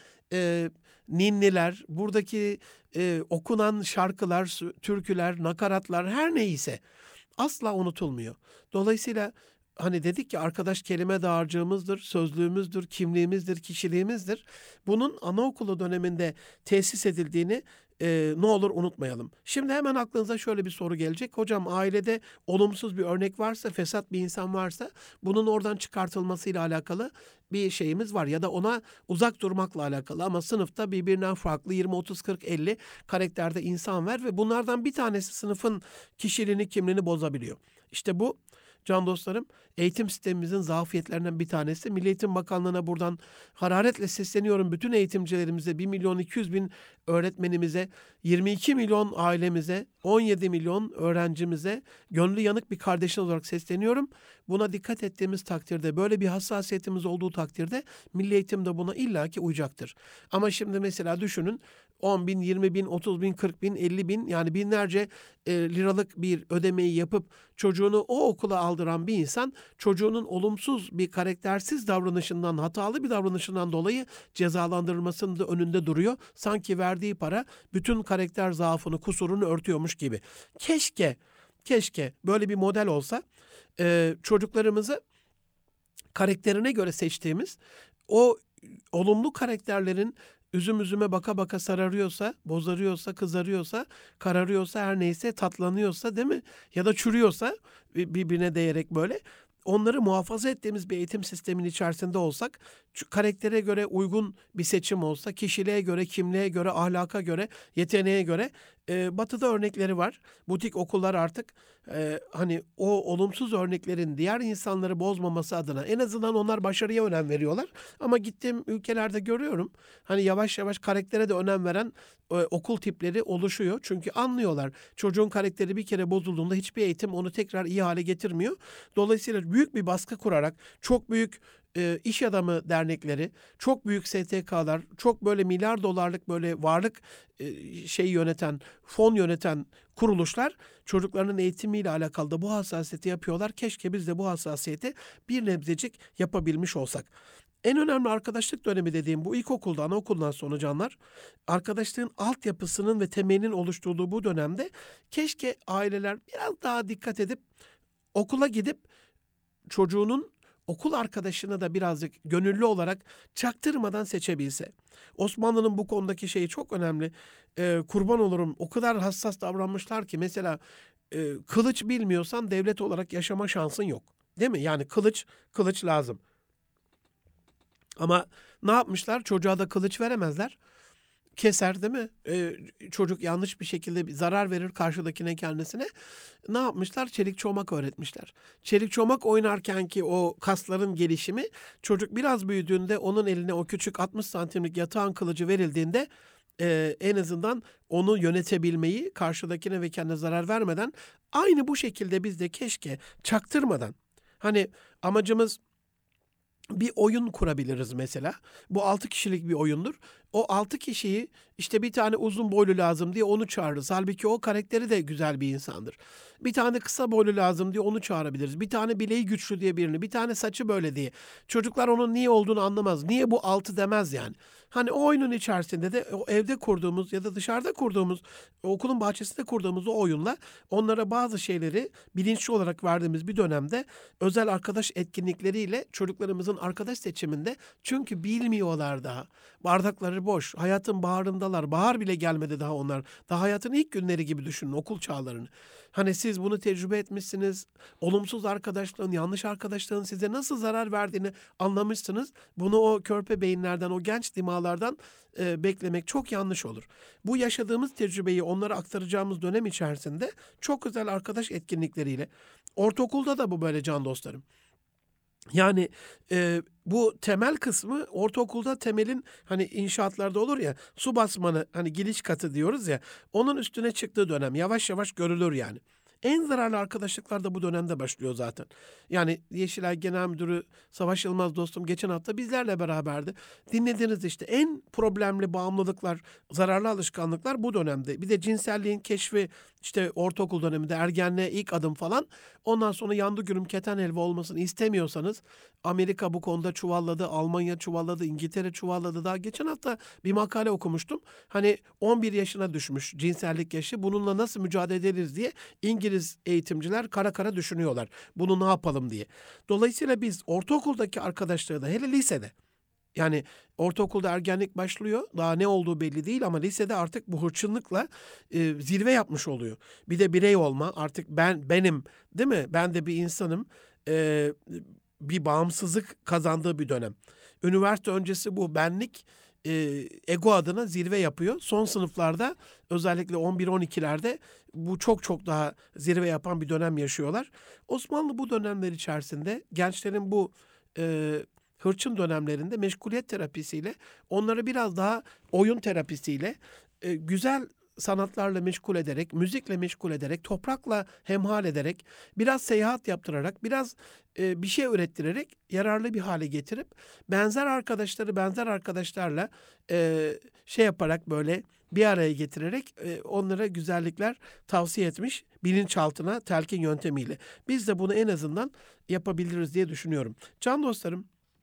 Speaker 1: ninniler, buradaki okunan şarkılar, türküler, nakaratlar her neyse asla unutulmuyor. Dolayısıyla hani dedik ki arkadaş kelime dağarcığımızdır, sözlüğümüzdür, kimliğimizdir, kişiliğimizdir. Bunun anaokulu döneminde tesis edildiğini ne olur unutmayalım. Şimdi hemen aklınıza şöyle bir soru gelecek. Hocam ailede olumsuz bir örnek varsa, fesat bir insan varsa bunun oradan çıkartılmasıyla alakalı bir şeyimiz var. Ya da ona uzak durmakla alakalı ama sınıfta birbirinden farklı 20, 30, 40, 50 karakterde insan var ve bunlardan bir tanesi sınıfın kişiliğini, kimliğini bozabiliyor. İşte bu can dostlarım eğitim sistemimizin zafiyetlerinden bir tanesi. Milli Eğitim Bakanlığı'na buradan hararetle sesleniyorum. Bütün eğitimcilerimize, 1.200.000 öğretmenimize, 22 milyon ailemize, 17 milyon öğrencimize gönlü yanık bir kardeşin olarak sesleniyorum. Buna dikkat ettiğimiz takdirde, böyle bir hassasiyetimiz olduğu takdirde Milli Eğitim de buna illaki uyacaktır. Ama şimdi mesela düşünün 10 bin, 20 bin, 30 bin, 40 bin, 50 bin yani binlerce liralık bir ödemeyi yapıp çocuğunu o okula aldıran bir insan çocuğunun olumsuz bir karaktersiz davranışından, hatalı bir davranışından dolayı cezalandırılmasının da önünde duruyor. Sanki verdiği para bütün karakter zaafını, kusurunu örtüyormuş gibi. Keşke böyle bir model olsa çocuklarımızı karakterine göre seçtiğimiz o olumlu karakterlerin üzüm üzüme baka baka sararıyorsa, bozarıyorsa, kızarıyorsa, kararıyorsa, her neyse tatlanıyorsa değil mi? Ya da çürüyorsa birbirine değerek böyle onları muhafaza ettiğimiz bir eğitim sisteminin içerisinde olsak, karaktere göre uygun bir seçim olsa, kişiliğe göre, kimliğe göre, ahlaka göre, yeteneğe göre Batı'da örnekleri var. Butik okullar artık hani o olumsuz örneklerin diğer insanları bozmaması adına en azından onlar başarıya önem veriyorlar. Ama gittiğim ülkelerde görüyorum hani yavaş yavaş karaktere de önem veren okul tipleri oluşuyor. Çünkü anlıyorlar çocuğun karakteri bir kere bozulduğunda hiçbir eğitim onu tekrar iyi hale getirmiyor. Dolayısıyla büyük bir baskı kurarak çok büyük iş adamı dernekleri, çok büyük STK'lar, çok böyle milyar dolarlık böyle varlık fon yöneten kuruluşlar çocuklarının eğitimiyle alakalı da bu hassasiyeti yapıyorlar. Keşke biz de bu hassasiyeti bir nebzecik yapabilmiş olsak. En önemli arkadaşlık dönemi dediğim bu ilkokulda, anaokuldan sonra canlar, arkadaşlığın altyapısının ve temelinin oluşturduğu bu dönemde keşke aileler biraz daha dikkat edip okula gidip çocuğunun okul arkadaşını da birazcık gönüllü olarak çaktırmadan seçebilse. Osmanlı'nın bu konudaki şeyi çok önemli. Kurban olurum o kadar hassas davranmışlar ki mesela kılıç bilmiyorsan devlet olarak yaşama şansın yok. Değil mi? Yani kılıç lazım. Ama ne yapmışlar? Çocuğa da kılıç veremezler. Keser değil mi? Çocuk yanlış bir şekilde bir zarar verir karşıdakine kendisine. Ne yapmışlar? Çelik çomak öğretmişler. Çelik çomak oynarken ki o kasların gelişimi çocuk biraz büyüdüğünde onun eline o küçük 60 santimlik yatağın kılıcı verildiğinde en azından onu yönetebilmeyi karşıdakine ve kendine zarar vermeden aynı bu şekilde biz de keşke çaktırmadan hani amacımız bir oyun kurabiliriz mesela. Bu 6 kişilik bir oyundur. O 6 kişiyi işte bir tane uzun boylu lazım diye onu çağırırız. Halbuki o karakteri de güzel bir insandır. Bir tane kısa boylu lazım diye onu çağırabiliriz. Bir tane bileği güçlü diye birini, bir tane saçı böyle diye. Çocuklar onun niye olduğunu anlamaz. Niye bu 6 demez yani. Hani o oyunun içerisinde de o evde kurduğumuz ya da dışarıda kurduğumuz, okulun bahçesinde kurduğumuz o oyunla onlara bazı şeyleri bilinçli olarak verdiğimiz bir dönemde özel arkadaş etkinlikleriyle çocuklarımızın arkadaş seçiminde çünkü bilmiyorlar daha. Bardakları elleri boş. Hayatın baharındalar. Bahar bile gelmedi daha onlar. Daha hayatın ilk günleri gibi düşünün okul çağlarını. Hani siz bunu tecrübe etmişsiniz. Olumsuz arkadaşlığın, yanlış arkadaşlığın size nasıl zarar verdiğini anlamışsınız. Bunu o körpe beyinlerden, o genç dimağlardan beklemek çok yanlış olur. Bu yaşadığımız tecrübeyi onlara aktaracağımız dönem içerisinde çok güzel arkadaş etkinlikleriyle, ortaokulda da bu böyle can dostlarım. Yani bu temel kısmı ortaokulda temelin hani inşaatlarda olur ya su basmanı hani giriş katı diyoruz ya onun üstüne çıktığı dönem yavaş yavaş görülür yani. En zararlı arkadaşlıklar da bu dönemde başlıyor zaten. Yani Yeşilay Genel Müdürü Savaş Yılmaz dostum geçen hafta bizlerle beraberdi. Dinlediniz işte en problemli bağımlılıklar, zararlı alışkanlıklar bu dönemde. Bir de cinselliğin keşfi işte ortaokul döneminde ergenliğe ilk adım falan. Ondan sonra yandı gülüm keten helva olmasını istemiyorsanız Amerika bu konuda çuvalladı, Almanya çuvalladı, İngiltere çuvalladı. Daha geçen hafta bir makale okumuştum. Hani 11 yaşına düşmüş cinsellik yaşı bununla nasıl mücadele ederiz diye İngiliz eğitimciler kara kara düşünüyorlar. Bunu ne yapalım diye. Dolayısıyla biz ortaokuldaki arkadaşları da hele lisede yani ortaokulda ergenlik başlıyor. Daha ne olduğu belli değil ama lisede artık bu hırçınlıkla zirve yapmış oluyor. Bir de birey olma artık benim değil mi? Ben de bir insanım. E, Bir bağımsızlık kazandığı bir dönem. Üniversite öncesi bu benlik ego adına zirve yapıyor. Son sınıflarda özellikle 11-12'lerde bu çok çok daha zirve yapan bir dönem yaşıyorlar. Osmanlı bu dönemler içerisinde gençlerin bu hırçın dönemlerinde meşguliyet terapisiyle onları biraz daha oyun terapisiyle güzel sanatlarla meşgul ederek, müzikle meşgul ederek, toprakla hemhal ederek, biraz seyahat yaptırarak, biraz bir şey ürettirerek yararlı bir hale getirip benzer arkadaşlarla şey yaparak böyle bir araya getirerek onlara güzellikler tavsiye etmiş bilinçaltına telkin yöntemiyle. Biz de bunu en azından yapabiliriz diye düşünüyorum. Can dostlarım,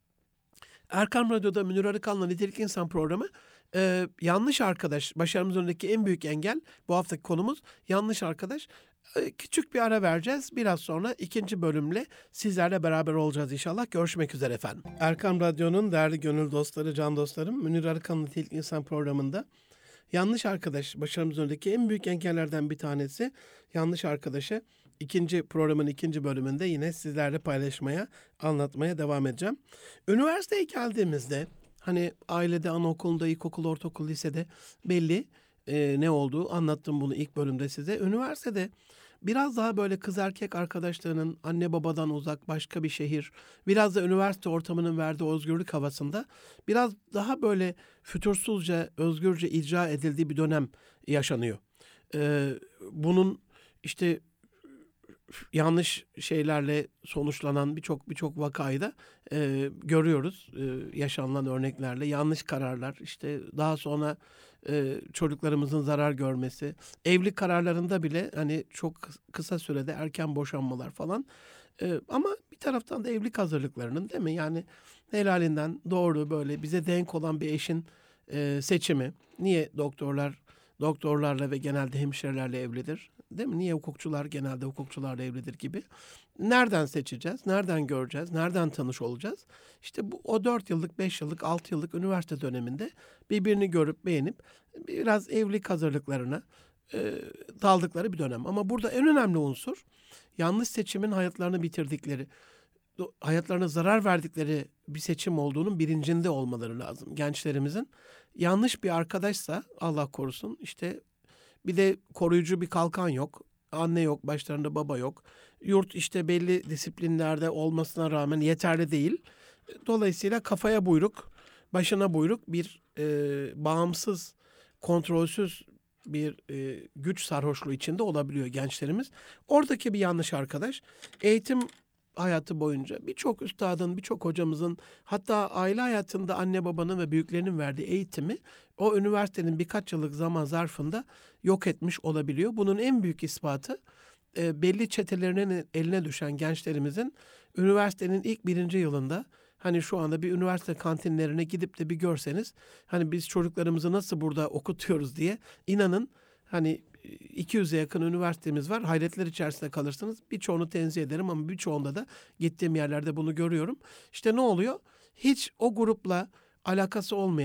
Speaker 1: Erkam Radyo'da Münir Arıkan'la Nitelikli İnsan programı yanlış arkadaş. Başarımızın önündeki en büyük engel bu haftaki konumuz yanlış arkadaş. Küçük bir ara vereceğiz. Biraz sonra ikinci bölümle sizlerle beraber olacağız inşallah. Görüşmek üzere efendim. Erkam Radyo'nun değerli gönül dostları, can dostlarım. Münir Arıkan'la Nitelikli İnsan programında yanlış arkadaş başarımızın önündeki en büyük engellerden bir tanesi yanlış arkadaşı. Programın ikinci bölümünde yine sizlerle paylaşmaya, anlatmaya devam edeceğim. Üniversiteye geldiğimizde hani ailede, anaokulunda, ilkokul, ortaokul, lisede belli ne olduğu anlattım bunu ilk bölümde size. Üniversitede biraz daha böyle kız erkek arkadaşlarının anne babadan uzak başka bir şehir, biraz da üniversite ortamının verdiği özgürlük havasında biraz daha böyle fütursuzca, özgürce icra edildiği bir dönem yaşanıyor. Bunun işte yanlış şeylerle sonuçlanan birçok vakayı da görüyoruz yaşanılan örneklerle. Yanlış kararlar, işte daha sonra çocuklarımızın zarar görmesi, evlilik kararlarında bile hani çok kısa sürede erken boşanmalar falan. Ama bir taraftan da evlilik hazırlıklarının değil mi? Yani helalinden doğru böyle bize denk olan bir eşin seçimi. Niye doktorlarla ve genelde hemşirelerle evlidir? Değil mi? Niye hukukçular genelde hukukçularla evlidir gibi. Nereden seçeceğiz? Nereden göreceğiz? Nereden tanış olacağız? İşte o 4 yıllık, 5 yıllık, 6 yıllık üniversite döneminde birbirini görüp beğenip biraz evlilik hazırlıklarına daldıkları bir dönem. Ama burada en önemli unsur yanlış seçimin hayatlarını bitirdikleri, hayatlarına zarar verdikleri bir seçim olduğunun bilincinde olmaları lazım gençlerimizin. Yanlış bir arkadaşsa Allah korusun işte bir de koruyucu bir kalkan yok. Anne yok, başlarında baba yok. Yurt işte belli disiplinlerde olmasına rağmen yeterli değil. Dolayısıyla kafaya buyruk, başına buyruk bir bağımsız, kontrolsüz bir güç sarhoşluğu içinde olabiliyor gençlerimiz. Oradaki bir yanlış arkadaş eğitim hayatı boyunca birçok üstadın, birçok hocamızın hatta aile hayatında anne babanın ve büyüklerinin verdiği eğitimi o üniversitenin birkaç yıllık zaman zarfında yok etmiş olabiliyor. Bunun en büyük ispatı belli çetelerinin eline düşen gençlerimizin üniversitenin ilk birinci yılında hani şu anda bir üniversite kantinlerine gidip de bir görseniz hani biz çocuklarımızı nasıl burada okutuyoruz diye inanın hani 200'e yakın üniversitemiz var. Hayretler içerisinde kalırsınız. Birçoğunu tenzih ederim ama birçoğunda da gittiğim yerlerde bunu görüyorum. İşte ne oluyor? Hiç o grupla alakası olmayan,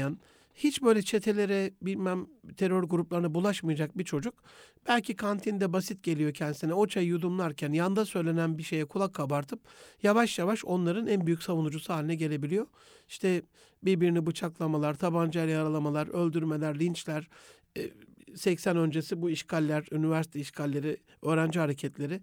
Speaker 1: hiç böyle çetelere, bilmem terör gruplarına bulaşmayacak bir çocuk belki kantinde basit geliyor kendisine, o çayı yudumlarken yanda söylenen bir şeye kulak kabartıp yavaş yavaş onların en büyük savunucusu haline gelebiliyor. İşte birbirini bıçaklamalar, tabancayla yaralamalar, öldürmeler, linçler, 80 öncesi bu işgaller, üniversite işgalleri, öğrenci hareketleri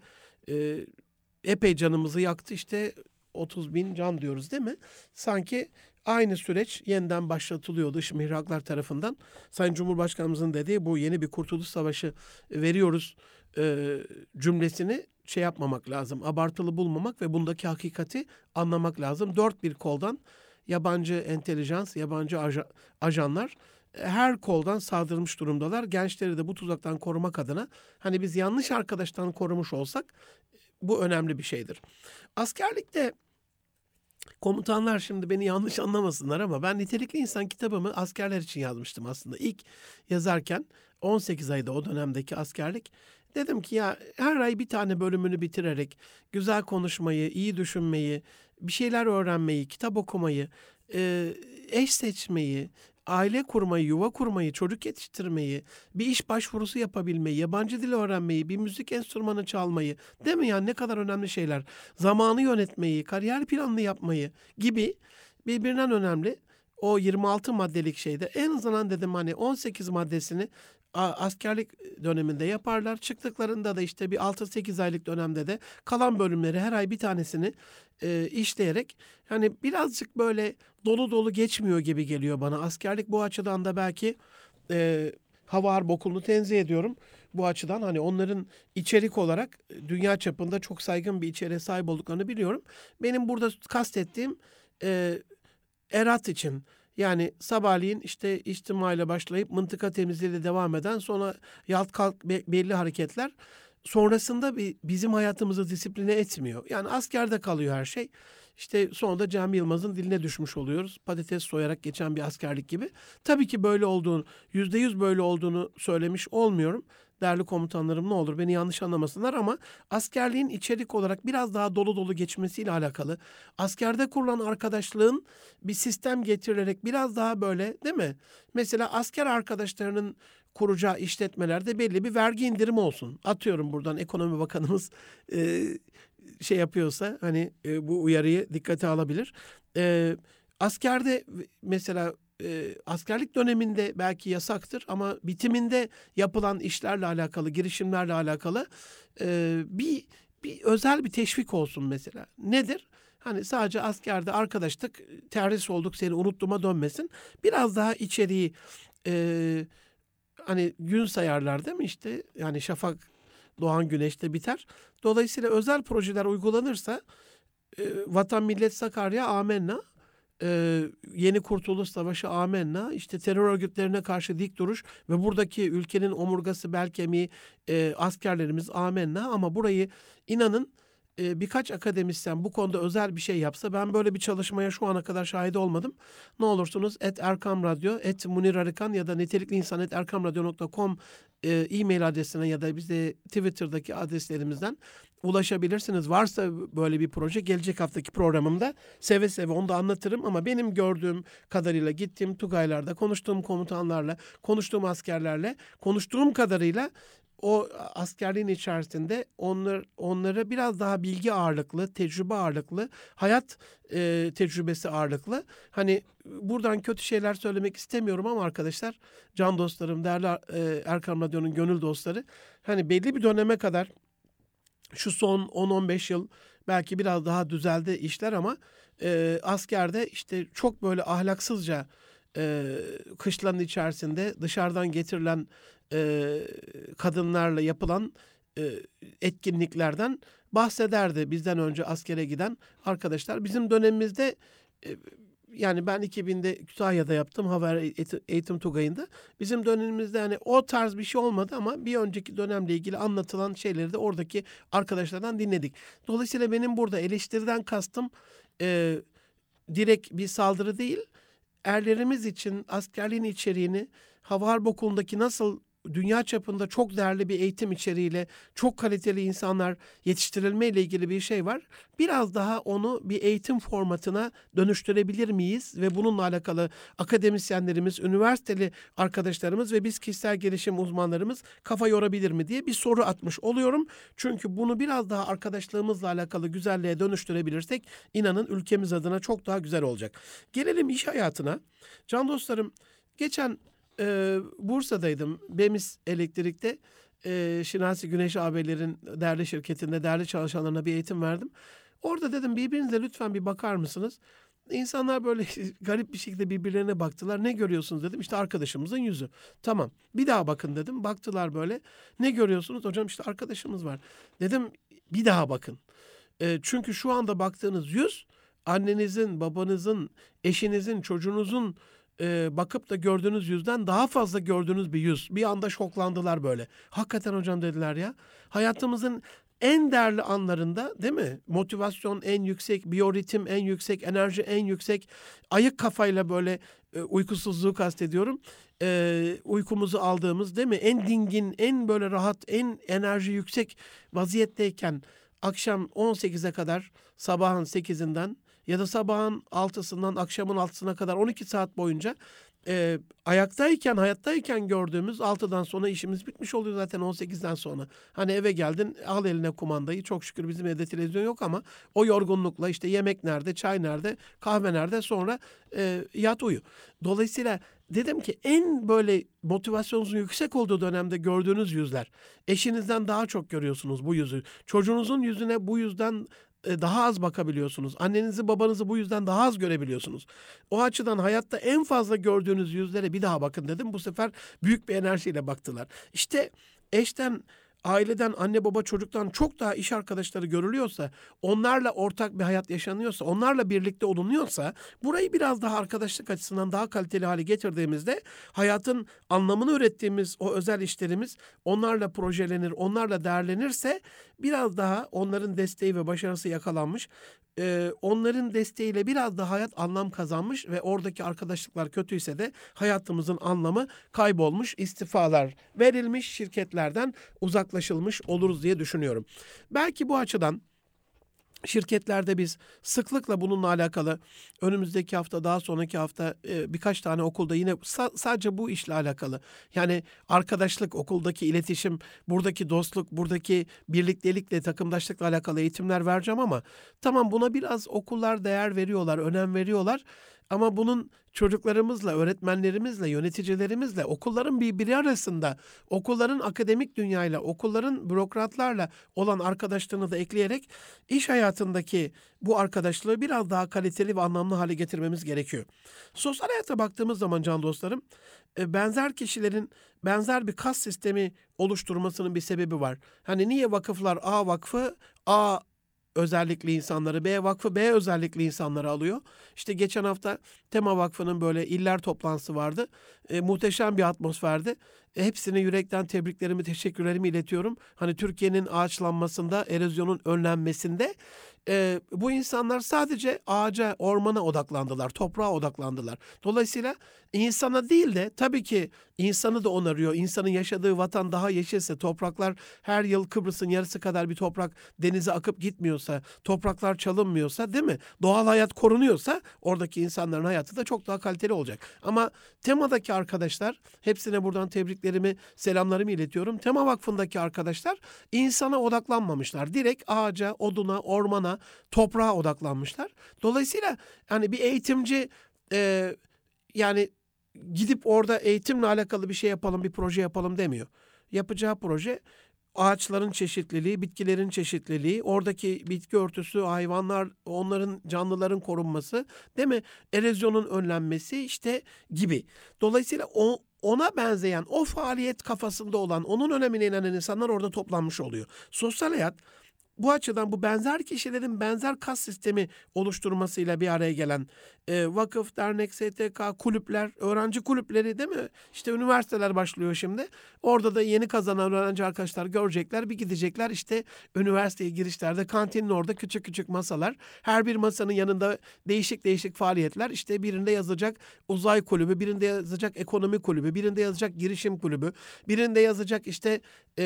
Speaker 1: epey canımızı yaktı. İşte 30 bin can diyoruz değil mi? Sanki aynı süreç yeniden başlatılıyor dış mihraklar tarafından. Sayın Cumhurbaşkanımızın dediği bu yeni bir kurtuluş savaşı veriyoruz cümlesini şey yapmamak lazım. Abartılı bulmamak ve bundaki hakikati anlamak lazım. Dört bir koldan yabancı entelijans, yabancı ajanlar her koldan saldırmış durumdalar. Gençleri de bu tuzaktan korumak adına hani biz yanlış arkadaştan korumuş olsak bu önemli bir şeydir. Askerlikte komutanlar şimdi beni yanlış anlamasınlar ama ben Nitelikli İnsan kitabımı askerler için yazmıştım aslında. İlk yazarken 18 ayda o dönemdeki askerlik. Dedim ki ya her ay bir tane bölümünü bitirerek güzel konuşmayı, iyi düşünmeyi, bir şeyler öğrenmeyi, kitap okumayı, eş seçmeyi, aile kurmayı, yuva kurmayı, çocuk yetiştirmeyi, bir iş başvurusu yapabilmeyi, yabancı dil öğrenmeyi, bir müzik enstrümanı çalmayı, değil mi ya ne kadar önemli şeyler. Zamanı yönetmeyi, kariyer planını yapmayı gibi birbirinden önemli. O 26 maddelik şeyde en azından dedim hani 18 maddesini askerlik döneminde yaparlar. Çıktıklarında da işte bir 6-8 aylık dönemde de kalan bölümleri her ay bir tanesini işleyerek yani birazcık böyle dolu dolu geçmiyor gibi geliyor bana. Askerlik bu açıdan da belki Hava Harp Okulu'nu tenzih ediyorum. Bu açıdan hani onların içerik olarak dünya çapında çok saygın bir içeriğe sahip olduklarını biliyorum. Benim burada kastettiğim erat için yani sabahleyin işte içtimayla başlayıp mıntıka temizliğiyle devam eden sonra yalt kalk belli hareketler sonrasında bizim hayatımızı disipline etmiyor. Yani askerde kalıyor her şey. İşte sonunda Cem Yılmaz'ın diline düşmüş oluyoruz. Patates soyarak geçen bir askerlik gibi. Tabii ki böyle olduğunu, %100 böyle olduğunu söylemiş olmuyorum. Değerli komutanlarım ne olur beni yanlış anlamasınlar ama askerliğin içerik olarak biraz daha dolu dolu geçmesiyle alakalı. Askerde kurulan arkadaşlığın bir sistem getirilerek biraz daha böyle değil mi? Mesela asker arkadaşlarının kuracağı işletmelerde belli bir vergi indirimi olsun. Atıyorum buradan Ekonomi Bakanımız şey yapıyorsa hani bu uyarıyı dikkate alabilir. Askerde mesela askerlik döneminde belki yasaktır ama bitiminde yapılan işlerle alakalı, girişimlerle alakalı bir özel bir teşvik olsun mesela. Nedir? Hani sadece askerde arkadaşlık, terhis olduk seni unuttuğuma dönmesin. Biraz daha içeriği hani gün sayarlar değil mi işte? Yani şafak doğan güneşte biter. Dolayısıyla özel projeler uygulanırsa Vatan Millet Sakarya amenna. Yeni Kurtuluş Savaşı amenna. İşte terör örgütlerine karşı dik duruş ve buradaki ülkenin omurgası bel kemiği askerlerimiz amenna. Ama burayı inanın birkaç akademisyen bu konuda özel bir şey yapsa ben böyle bir çalışmaya şu ana kadar şahit olmadım. Ne olursunuz @Erkam Radyo, @Munir ya da nitelikliyinsan@erkamradyo.com e-mail adresine ya da bize Twitter'daki adreslerimizden ulaşabilirsiniz. Varsa böyle bir proje gelecek haftaki programımda seve seve onu da anlatırım ama benim gördüğüm kadarıyla gittiğim Tugaylarda, konuştuğum komutanlarla, konuştuğum askerlerle, konuştuğum kadarıyla o askerliğin içerisinde onlara biraz daha bilgi ağırlıklı, tecrübe ağırlıklı, hayat tecrübesi ağırlıklı. Hani buradan kötü şeyler söylemek istemiyorum ama arkadaşlar, can dostlarım, değerli Erkam Radyo'nun gönül dostları, hani belli bir döneme kadar şu son 10-15 yıl belki biraz daha düzeldi işler ama askerde işte çok böyle ahlaksızca kışlanın içerisinde dışarıdan getirilen kadınlarla yapılan etkinliklerden bahsederdi bizden önce askere giden arkadaşlar. Bizim dönemimizde yani ben 2000'de Kütahya'da yaptım Hava Eğitim Tugayı'nda. Bizim dönemimizde hani o tarz bir şey olmadı ama bir önceki dönemle ilgili anlatılan şeyleri de oradaki arkadaşlardan dinledik. Dolayısıyla benim burada eleştiriden kastım direkt bir saldırı değil. Erlerimiz için askerliğin içeriğini Hava Harp Okulu'ndaki nasıl dünya çapında çok değerli bir eğitim içeriğiyle çok kaliteli insanlar yetiştirilme ile ilgili bir şey var. Biraz daha onu bir eğitim formatına dönüştürebilir miyiz? Ve bununla alakalı akademisyenlerimiz, üniversiteli arkadaşlarımız ve biz kişisel gelişim uzmanlarımız kafa yorabilir mi diye bir soru atmış oluyorum. Çünkü bunu biraz daha arkadaşlığımızla alakalı güzelliğe dönüştürebilirsek inanın ülkemiz adına çok daha güzel olacak. Gelelim iş hayatına. Can dostlarım, geçen Bursa'daydım. Bemis Elektrik'te Şinasi Güneş abilerin değerli şirketinde değerli çalışanlarına bir eğitim verdim. Orada dedim birbirinize lütfen bir bakar mısınız? İnsanlar böyle garip bir şekilde birbirlerine baktılar. Ne görüyorsunuz dedim. İşte arkadaşımızın yüzü. Tamam. Bir daha bakın dedim. Baktılar böyle. Ne görüyorsunuz? Hocam işte arkadaşımız var. Dedim bir daha bakın. Çünkü şu anda baktığınız yüz annenizin, babanızın, eşinizin, çocuğunuzun bakıp da gördüğünüz yüzden daha fazla gördüğünüz bir yüz. Bir anda şoklandılar böyle. Hakikaten hocam dediler ya. Hayatımızın en değerli anlarında değil mi? Motivasyon en yüksek, biyoritim en yüksek, enerji en yüksek. Ayık kafayla böyle uykusuzluğu kastediyorum. Uykumuzu aldığımız değil mi? En dingin, en böyle rahat, en enerji yüksek vaziyetteyken akşam 18'e kadar sabahın 8'inden ya da sabahın 6'sından akşamın 6'sına kadar 12 saat boyunca ayaktayken, hayattayken gördüğümüz 6'dan sonra işimiz bitmiş oluyor zaten 18'den sonra. Hani eve geldin, al eline kumandayı. Çok şükür bizim evde televizyon yok ama o yorgunlukla işte yemek nerede, çay nerede, kahve nerede, sonra yat uyu. Dolayısıyla dedim ki en böyle motivasyonunuzun yüksek olduğu dönemde gördüğünüz yüzler. Eşinizden daha çok görüyorsunuz bu yüzü. Çocuğunuzun yüzüne bu yüzden daha az bakabiliyorsunuz. Annenizi babanızı bu yüzden daha az görebiliyorsunuz. O açıdan hayatta en fazla gördüğünüz yüzlere bir daha bakın dedim. Bu sefer büyük bir enerjiyle baktılar. İşte eşten, aileden, anne baba çocuktan çok daha iş arkadaşları görülüyorsa, onlarla ortak bir hayat yaşanıyorsa, onlarla birlikte olunuyorsa, burayı biraz daha arkadaşlık açısından daha kaliteli hale getirdiğimizde hayatın anlamını ürettiğimiz o özel işlerimiz onlarla projelenir, onlarla değerlenirse biraz daha onların desteği ve başarısı yakalanmış, onların desteğiyle biraz daha hayat anlam kazanmış ve oradaki arkadaşlıklar kötüyse de hayatımızın anlamı kaybolmuş, istifalar verilmiş, şirketlerden uzaklaşılmış oluruz diye düşünüyorum. Belki bu açıdan şirketlerde biz sıklıkla bununla alakalı önümüzdeki hafta, daha sonraki hafta birkaç tane okulda yine sadece bu işle alakalı. Yani arkadaşlık, okuldaki iletişim, buradaki dostluk, buradaki birliktelikle, takımdaşlıkla alakalı eğitimler vereceğim ama tamam, buna biraz okullar değer veriyorlar, önem veriyorlar. Ama bunun çocuklarımızla, öğretmenlerimizle, yöneticilerimizle, okulların birbiri arasında, okulların akademik dünyayla, okulların bürokratlarla olan arkadaşlığını da ekleyerek iş hayatındaki bu arkadaşlığı biraz daha kaliteli ve anlamlı hale getirmemiz gerekiyor. Sosyal hayata baktığımız zaman can dostlarım, benzer kişilerin benzer bir kas sistemi oluşturmasının bir sebebi var. Hani niye vakıflar A vakfı, A özellikli insanları, B vakfı B özellikli insanları alıyor? İşte geçen hafta Tema Vakfı'nın böyle iller toplantısı vardı. Muhteşem bir atmosferdi. Hepsine yürekten tebriklerimi, teşekkürlerimi iletiyorum. Hani Türkiye'nin ağaçlanmasında, erozyonun önlenmesinde bu insanlar sadece ağaca, ormana odaklandılar, toprağa odaklandılar. Dolayısıyla insana değil de tabii ki insanı da onarıyor. İnsanın yaşadığı vatan daha yeşilse, topraklar her yıl Kıbrıs'ın yarısı kadar bir toprak denize akıp gitmiyorsa, topraklar çalınmıyorsa, değil mi? Doğal hayat korunuyorsa oradaki insanların hayatı da çok daha kaliteli olacak. Ama Tema'daki arkadaşlar, hepsine buradan tebriklerimi, selamlarımı iletiyorum. Tema Vakfı'ndaki arkadaşlar insana odaklanmamışlar. Direkt ağaca, oduna, ormana, toprağa odaklanmışlar. Dolayısıyla yani bir eğitimci yani gidip orada eğitimle alakalı bir şey yapalım, bir proje yapalım demiyor. Yapacağı proje ağaçların çeşitliliği, bitkilerin çeşitliliği, oradaki bitki örtüsü, hayvanlar, onların, canlıların korunması, değil mi? Erozyonun önlenmesi işte gibi. Dolayısıyla ona benzeyen, o faaliyet kafasında olan, onun önemine inanan insanlar orada toplanmış oluyor. Sosyal hayat bu açıdan bu benzer kişilerin benzer kas sistemi oluşturmasıyla bir araya gelen vakıf, dernek, STK, kulüpler, öğrenci kulüpleri değil mi? İşte üniversiteler başlıyor şimdi. Orada da yeni kazanan öğrenci arkadaşlar görecekler, bir gidecekler işte üniversiteye girişlerde kantinin orada küçük küçük masalar. Her bir masanın yanında değişik değişik faaliyetler. İşte birinde yazacak uzay kulübü, birinde yazacak ekonomi kulübü, birinde yazacak girişim kulübü, birinde yazacak işte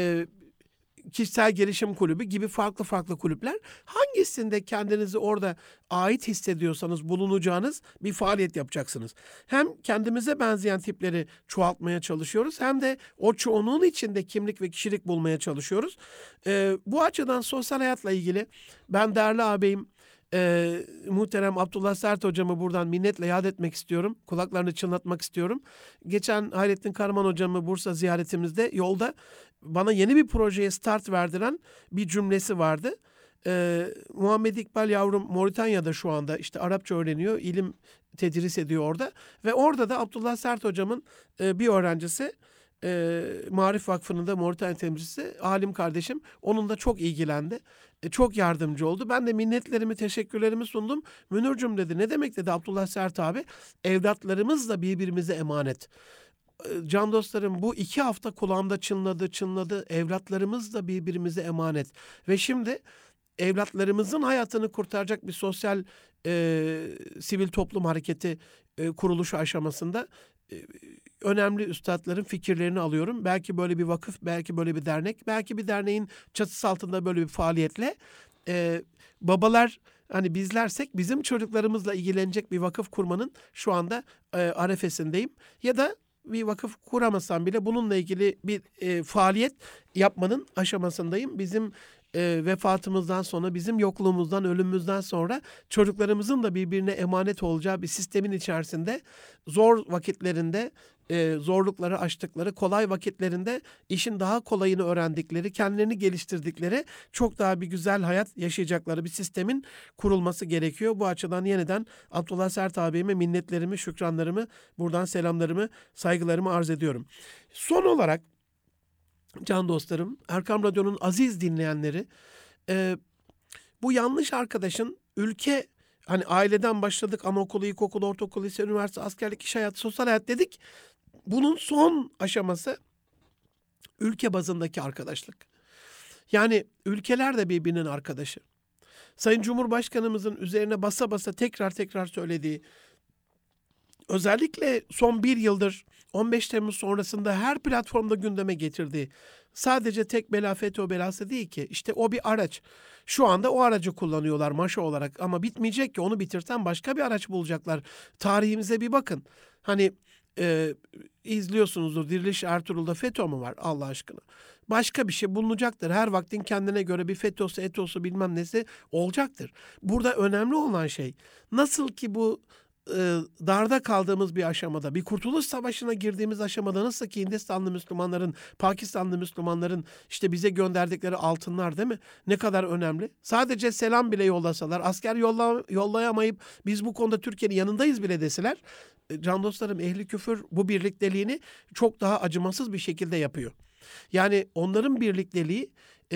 Speaker 1: kişisel gelişim kulübü gibi farklı farklı kulüpler. Hangisinde kendinizi orada ait hissediyorsanız bulunacağınız bir faaliyet yapacaksınız. Hem kendimize benzeyen tipleri çoğaltmaya çalışıyoruz hem de o çoğunluğun içinde kimlik ve kişilik bulmaya çalışıyoruz. Bu açıdan sosyal hayatla ilgili ben değerli ağabeyim muhterem Abdullah Sert hocamı buradan minnetle yad etmek istiyorum. Kulaklarını çınlatmak istiyorum. Geçen Hayrettin Karaman hocamı Bursa ziyaretimizde yolda bana yeni bir projeye start verdiren bir cümlesi vardı. Muhammed İkbal yavrum Moritanya'da şu anda işte Arapça öğreniyor, ilim tedris ediyor orada. Ve orada da Abdullah Sert hocamın bir öğrencisi, Marif Vakfı'nın da Moritanya temsilcisi Halim kardeşim onunla çok ilgilendi. Çok yardımcı oldu. Ben de minnetlerimi, teşekkürlerimi sundum. Münir'cüm dedi. Ne demek dedi Abdullah Sert abi? Evlatlarımız da birbirimize emanet. Can dostlarım bu 2 hafta kulağımda çınladı. Evlatlarımız da birbirimize emanet. Ve şimdi evlatlarımızın hayatını kurtaracak bir sosyal sivil toplum hareketi kuruluşu aşamasında önemli üstadların fikirlerini alıyorum. Belki böyle bir vakıf, belki böyle bir dernek, belki bir derneğin çatısı altında böyle bir faaliyetle babalar hani bizlersek bizim çocuklarımızla ilgilenecek bir vakıf kurmanın şu anda arefesindeyim. Ya da bir vakıf kuramasam bile bununla ilgili bir faaliyet yapmanın aşamasındayım. Bizim vefatımızdan sonra, bizim yokluğumuzdan, ölümümüzden sonra çocuklarımızın da birbirine emanet olacağı bir sistemin içerisinde zor vakitlerinde zorlukları aştıkları, kolay vakitlerinde işin daha kolayını öğrendikleri, kendilerini geliştirdikleri çok daha bir güzel hayat yaşayacakları bir sistemin kurulması gerekiyor. Bu açıdan yeniden Abdullah Sert abime minnetlerimi, şükranlarımı, buradan selamlarımı, saygılarımı arz ediyorum. Son olarak can dostlarım, Erkam Radyo'nun aziz dinleyenleri, bu yanlış arkadaşın ülke, hani aileden başladık, anaokulu, ilkokul, ortaokul, lise, üniversite, askerlik, iş hayatı, sosyal hayat dedik. Bunun son aşaması ülke bazındaki arkadaşlık. Yani ülkeler de birbirinin arkadaşı. Sayın Cumhurbaşkanımızın üzerine basa basa tekrar söylediği, özellikle son 1 yıldır 15 Temmuz sonrasında her platformda gündeme getirdiği, sadece tek bela FETÖ belası değil ki. İşte o bir araç. Şu anda o aracı kullanıyorlar maşa olarak ama bitmeyecek ki, onu bitirten başka bir araç bulacaklar. Tarihimize bir bakın. Hani izliyorsunuzdur, Diriliş Ertuğrul'da FETÖ mü var Allah aşkına? Başka bir şey bulunacaktır. Her vaktin kendine göre bir FETÖ'sü, etosu bilmem nesi olacaktır. Burada önemli olan şey, nasıl ki bu darda kaldığımız bir aşamada, bir kurtuluş savaşına girdiğimiz aşamada nasıl ki Hindistanlı Müslümanların, Pakistanlı Müslümanların işte bize gönderdikleri altınlar değil mi? Ne kadar önemli. Sadece selam bile yollasalar, asker yollayamayıp biz bu konuda Türkiye'nin yanındayız bile deseler, can dostlarım ehli küfür bu birlikteliğini çok daha acımasız bir şekilde yapıyor. Yani onların birlikteliği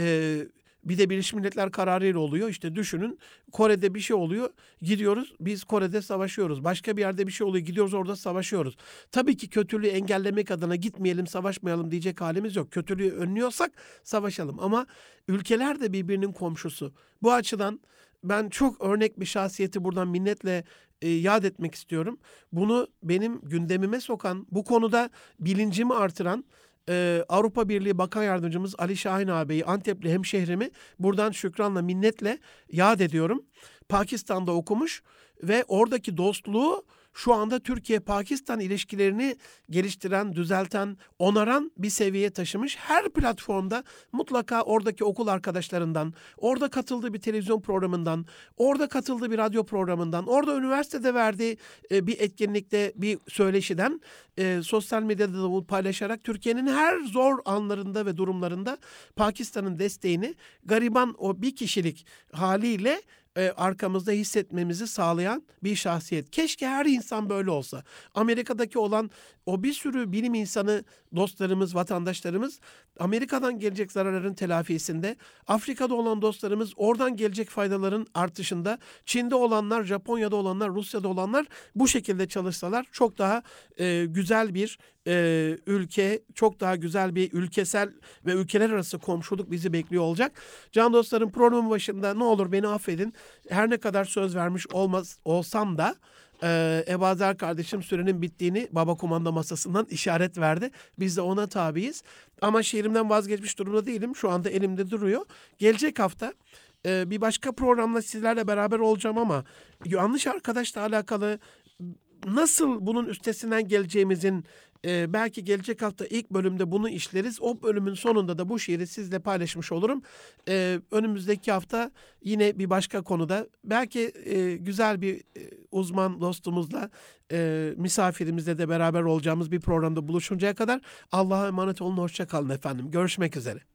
Speaker 1: bir de Birleşmiş Milletler kararıyla oluyor. İşte düşünün, Kore'de bir şey oluyor, gidiyoruz biz Kore'de savaşıyoruz. Başka bir yerde bir şey oluyor, gidiyoruz orada savaşıyoruz. Tabii ki kötülüğü engellemek adına gitmeyelim, savaşmayalım diyecek halimiz yok. Kötülüğü önlüyorsak savaşalım ama ülkeler de birbirinin komşusu. Bu açıdan ben çok örnek bir şahsiyeti buradan minnetle yad etmek istiyorum. Bunu benim gündemime sokan, bu konuda bilincimi artıran Avrupa Birliği Bakan Yardımcımız Ali Şahin ağabeyi, Antepli hemşehrimi buradan şükranla, minnetle yad ediyorum. Pakistan'da okumuş ve oradaki dostluğu şu anda Türkiye-Pakistan ilişkilerini geliştiren, düzelten, onaran bir seviyeye taşımış. Her platformda mutlaka oradaki okul arkadaşlarından, orada katıldığı bir televizyon programından, orada katıldığı bir radyo programından, orada üniversitede verdiği bir etkinlikte bir söyleşiden, sosyal medyada da bunu paylaşarak Türkiye'nin her zor anlarında ve durumlarında Pakistan'ın desteğini gariban o bir kişilik haliyle arkamızda hissetmemizi sağlayan bir şahsiyet. Keşke her insan böyle olsa. Amerika'daki olan o bir sürü bilim insanı, dostlarımız, vatandaşlarımız Amerika'dan gelecek zararların telafisinde, Afrika'da olan dostlarımız oradan gelecek faydaların artışında, Çin'de olanlar, Japonya'da olanlar, Rusya'da olanlar bu şekilde çalışsalar çok daha güzel bir ülke, çok daha güzel bir ülkesel ve ülkeler arası komşuluk bizi bekliyor olacak. Can dostlarım, programın başında ne olur beni affedin. Her ne kadar söz vermiş olsam da Ebazer kardeşim sürenin bittiğini baba kumanda masasından işaret verdi. Biz de ona tabiiz. Ama şiirimden vazgeçmiş durumda değilim. Şu anda elimde duruyor. Gelecek hafta bir başka programla sizlerle beraber olacağım ama yanlış arkadaşla alakalı nasıl bunun üstesinden geleceğimizin belki gelecek hafta ilk bölümde bunu işleriz. O bölümün sonunda da bu şiiri sizle paylaşmış olurum. Önümüzdeki hafta yine bir başka konuda belki güzel bir uzman dostumuzla misafirimizle de beraber olacağımız bir programda buluşuncaya kadar Allah'a emanet olun. Hoşça kalın efendim. Görüşmek üzere.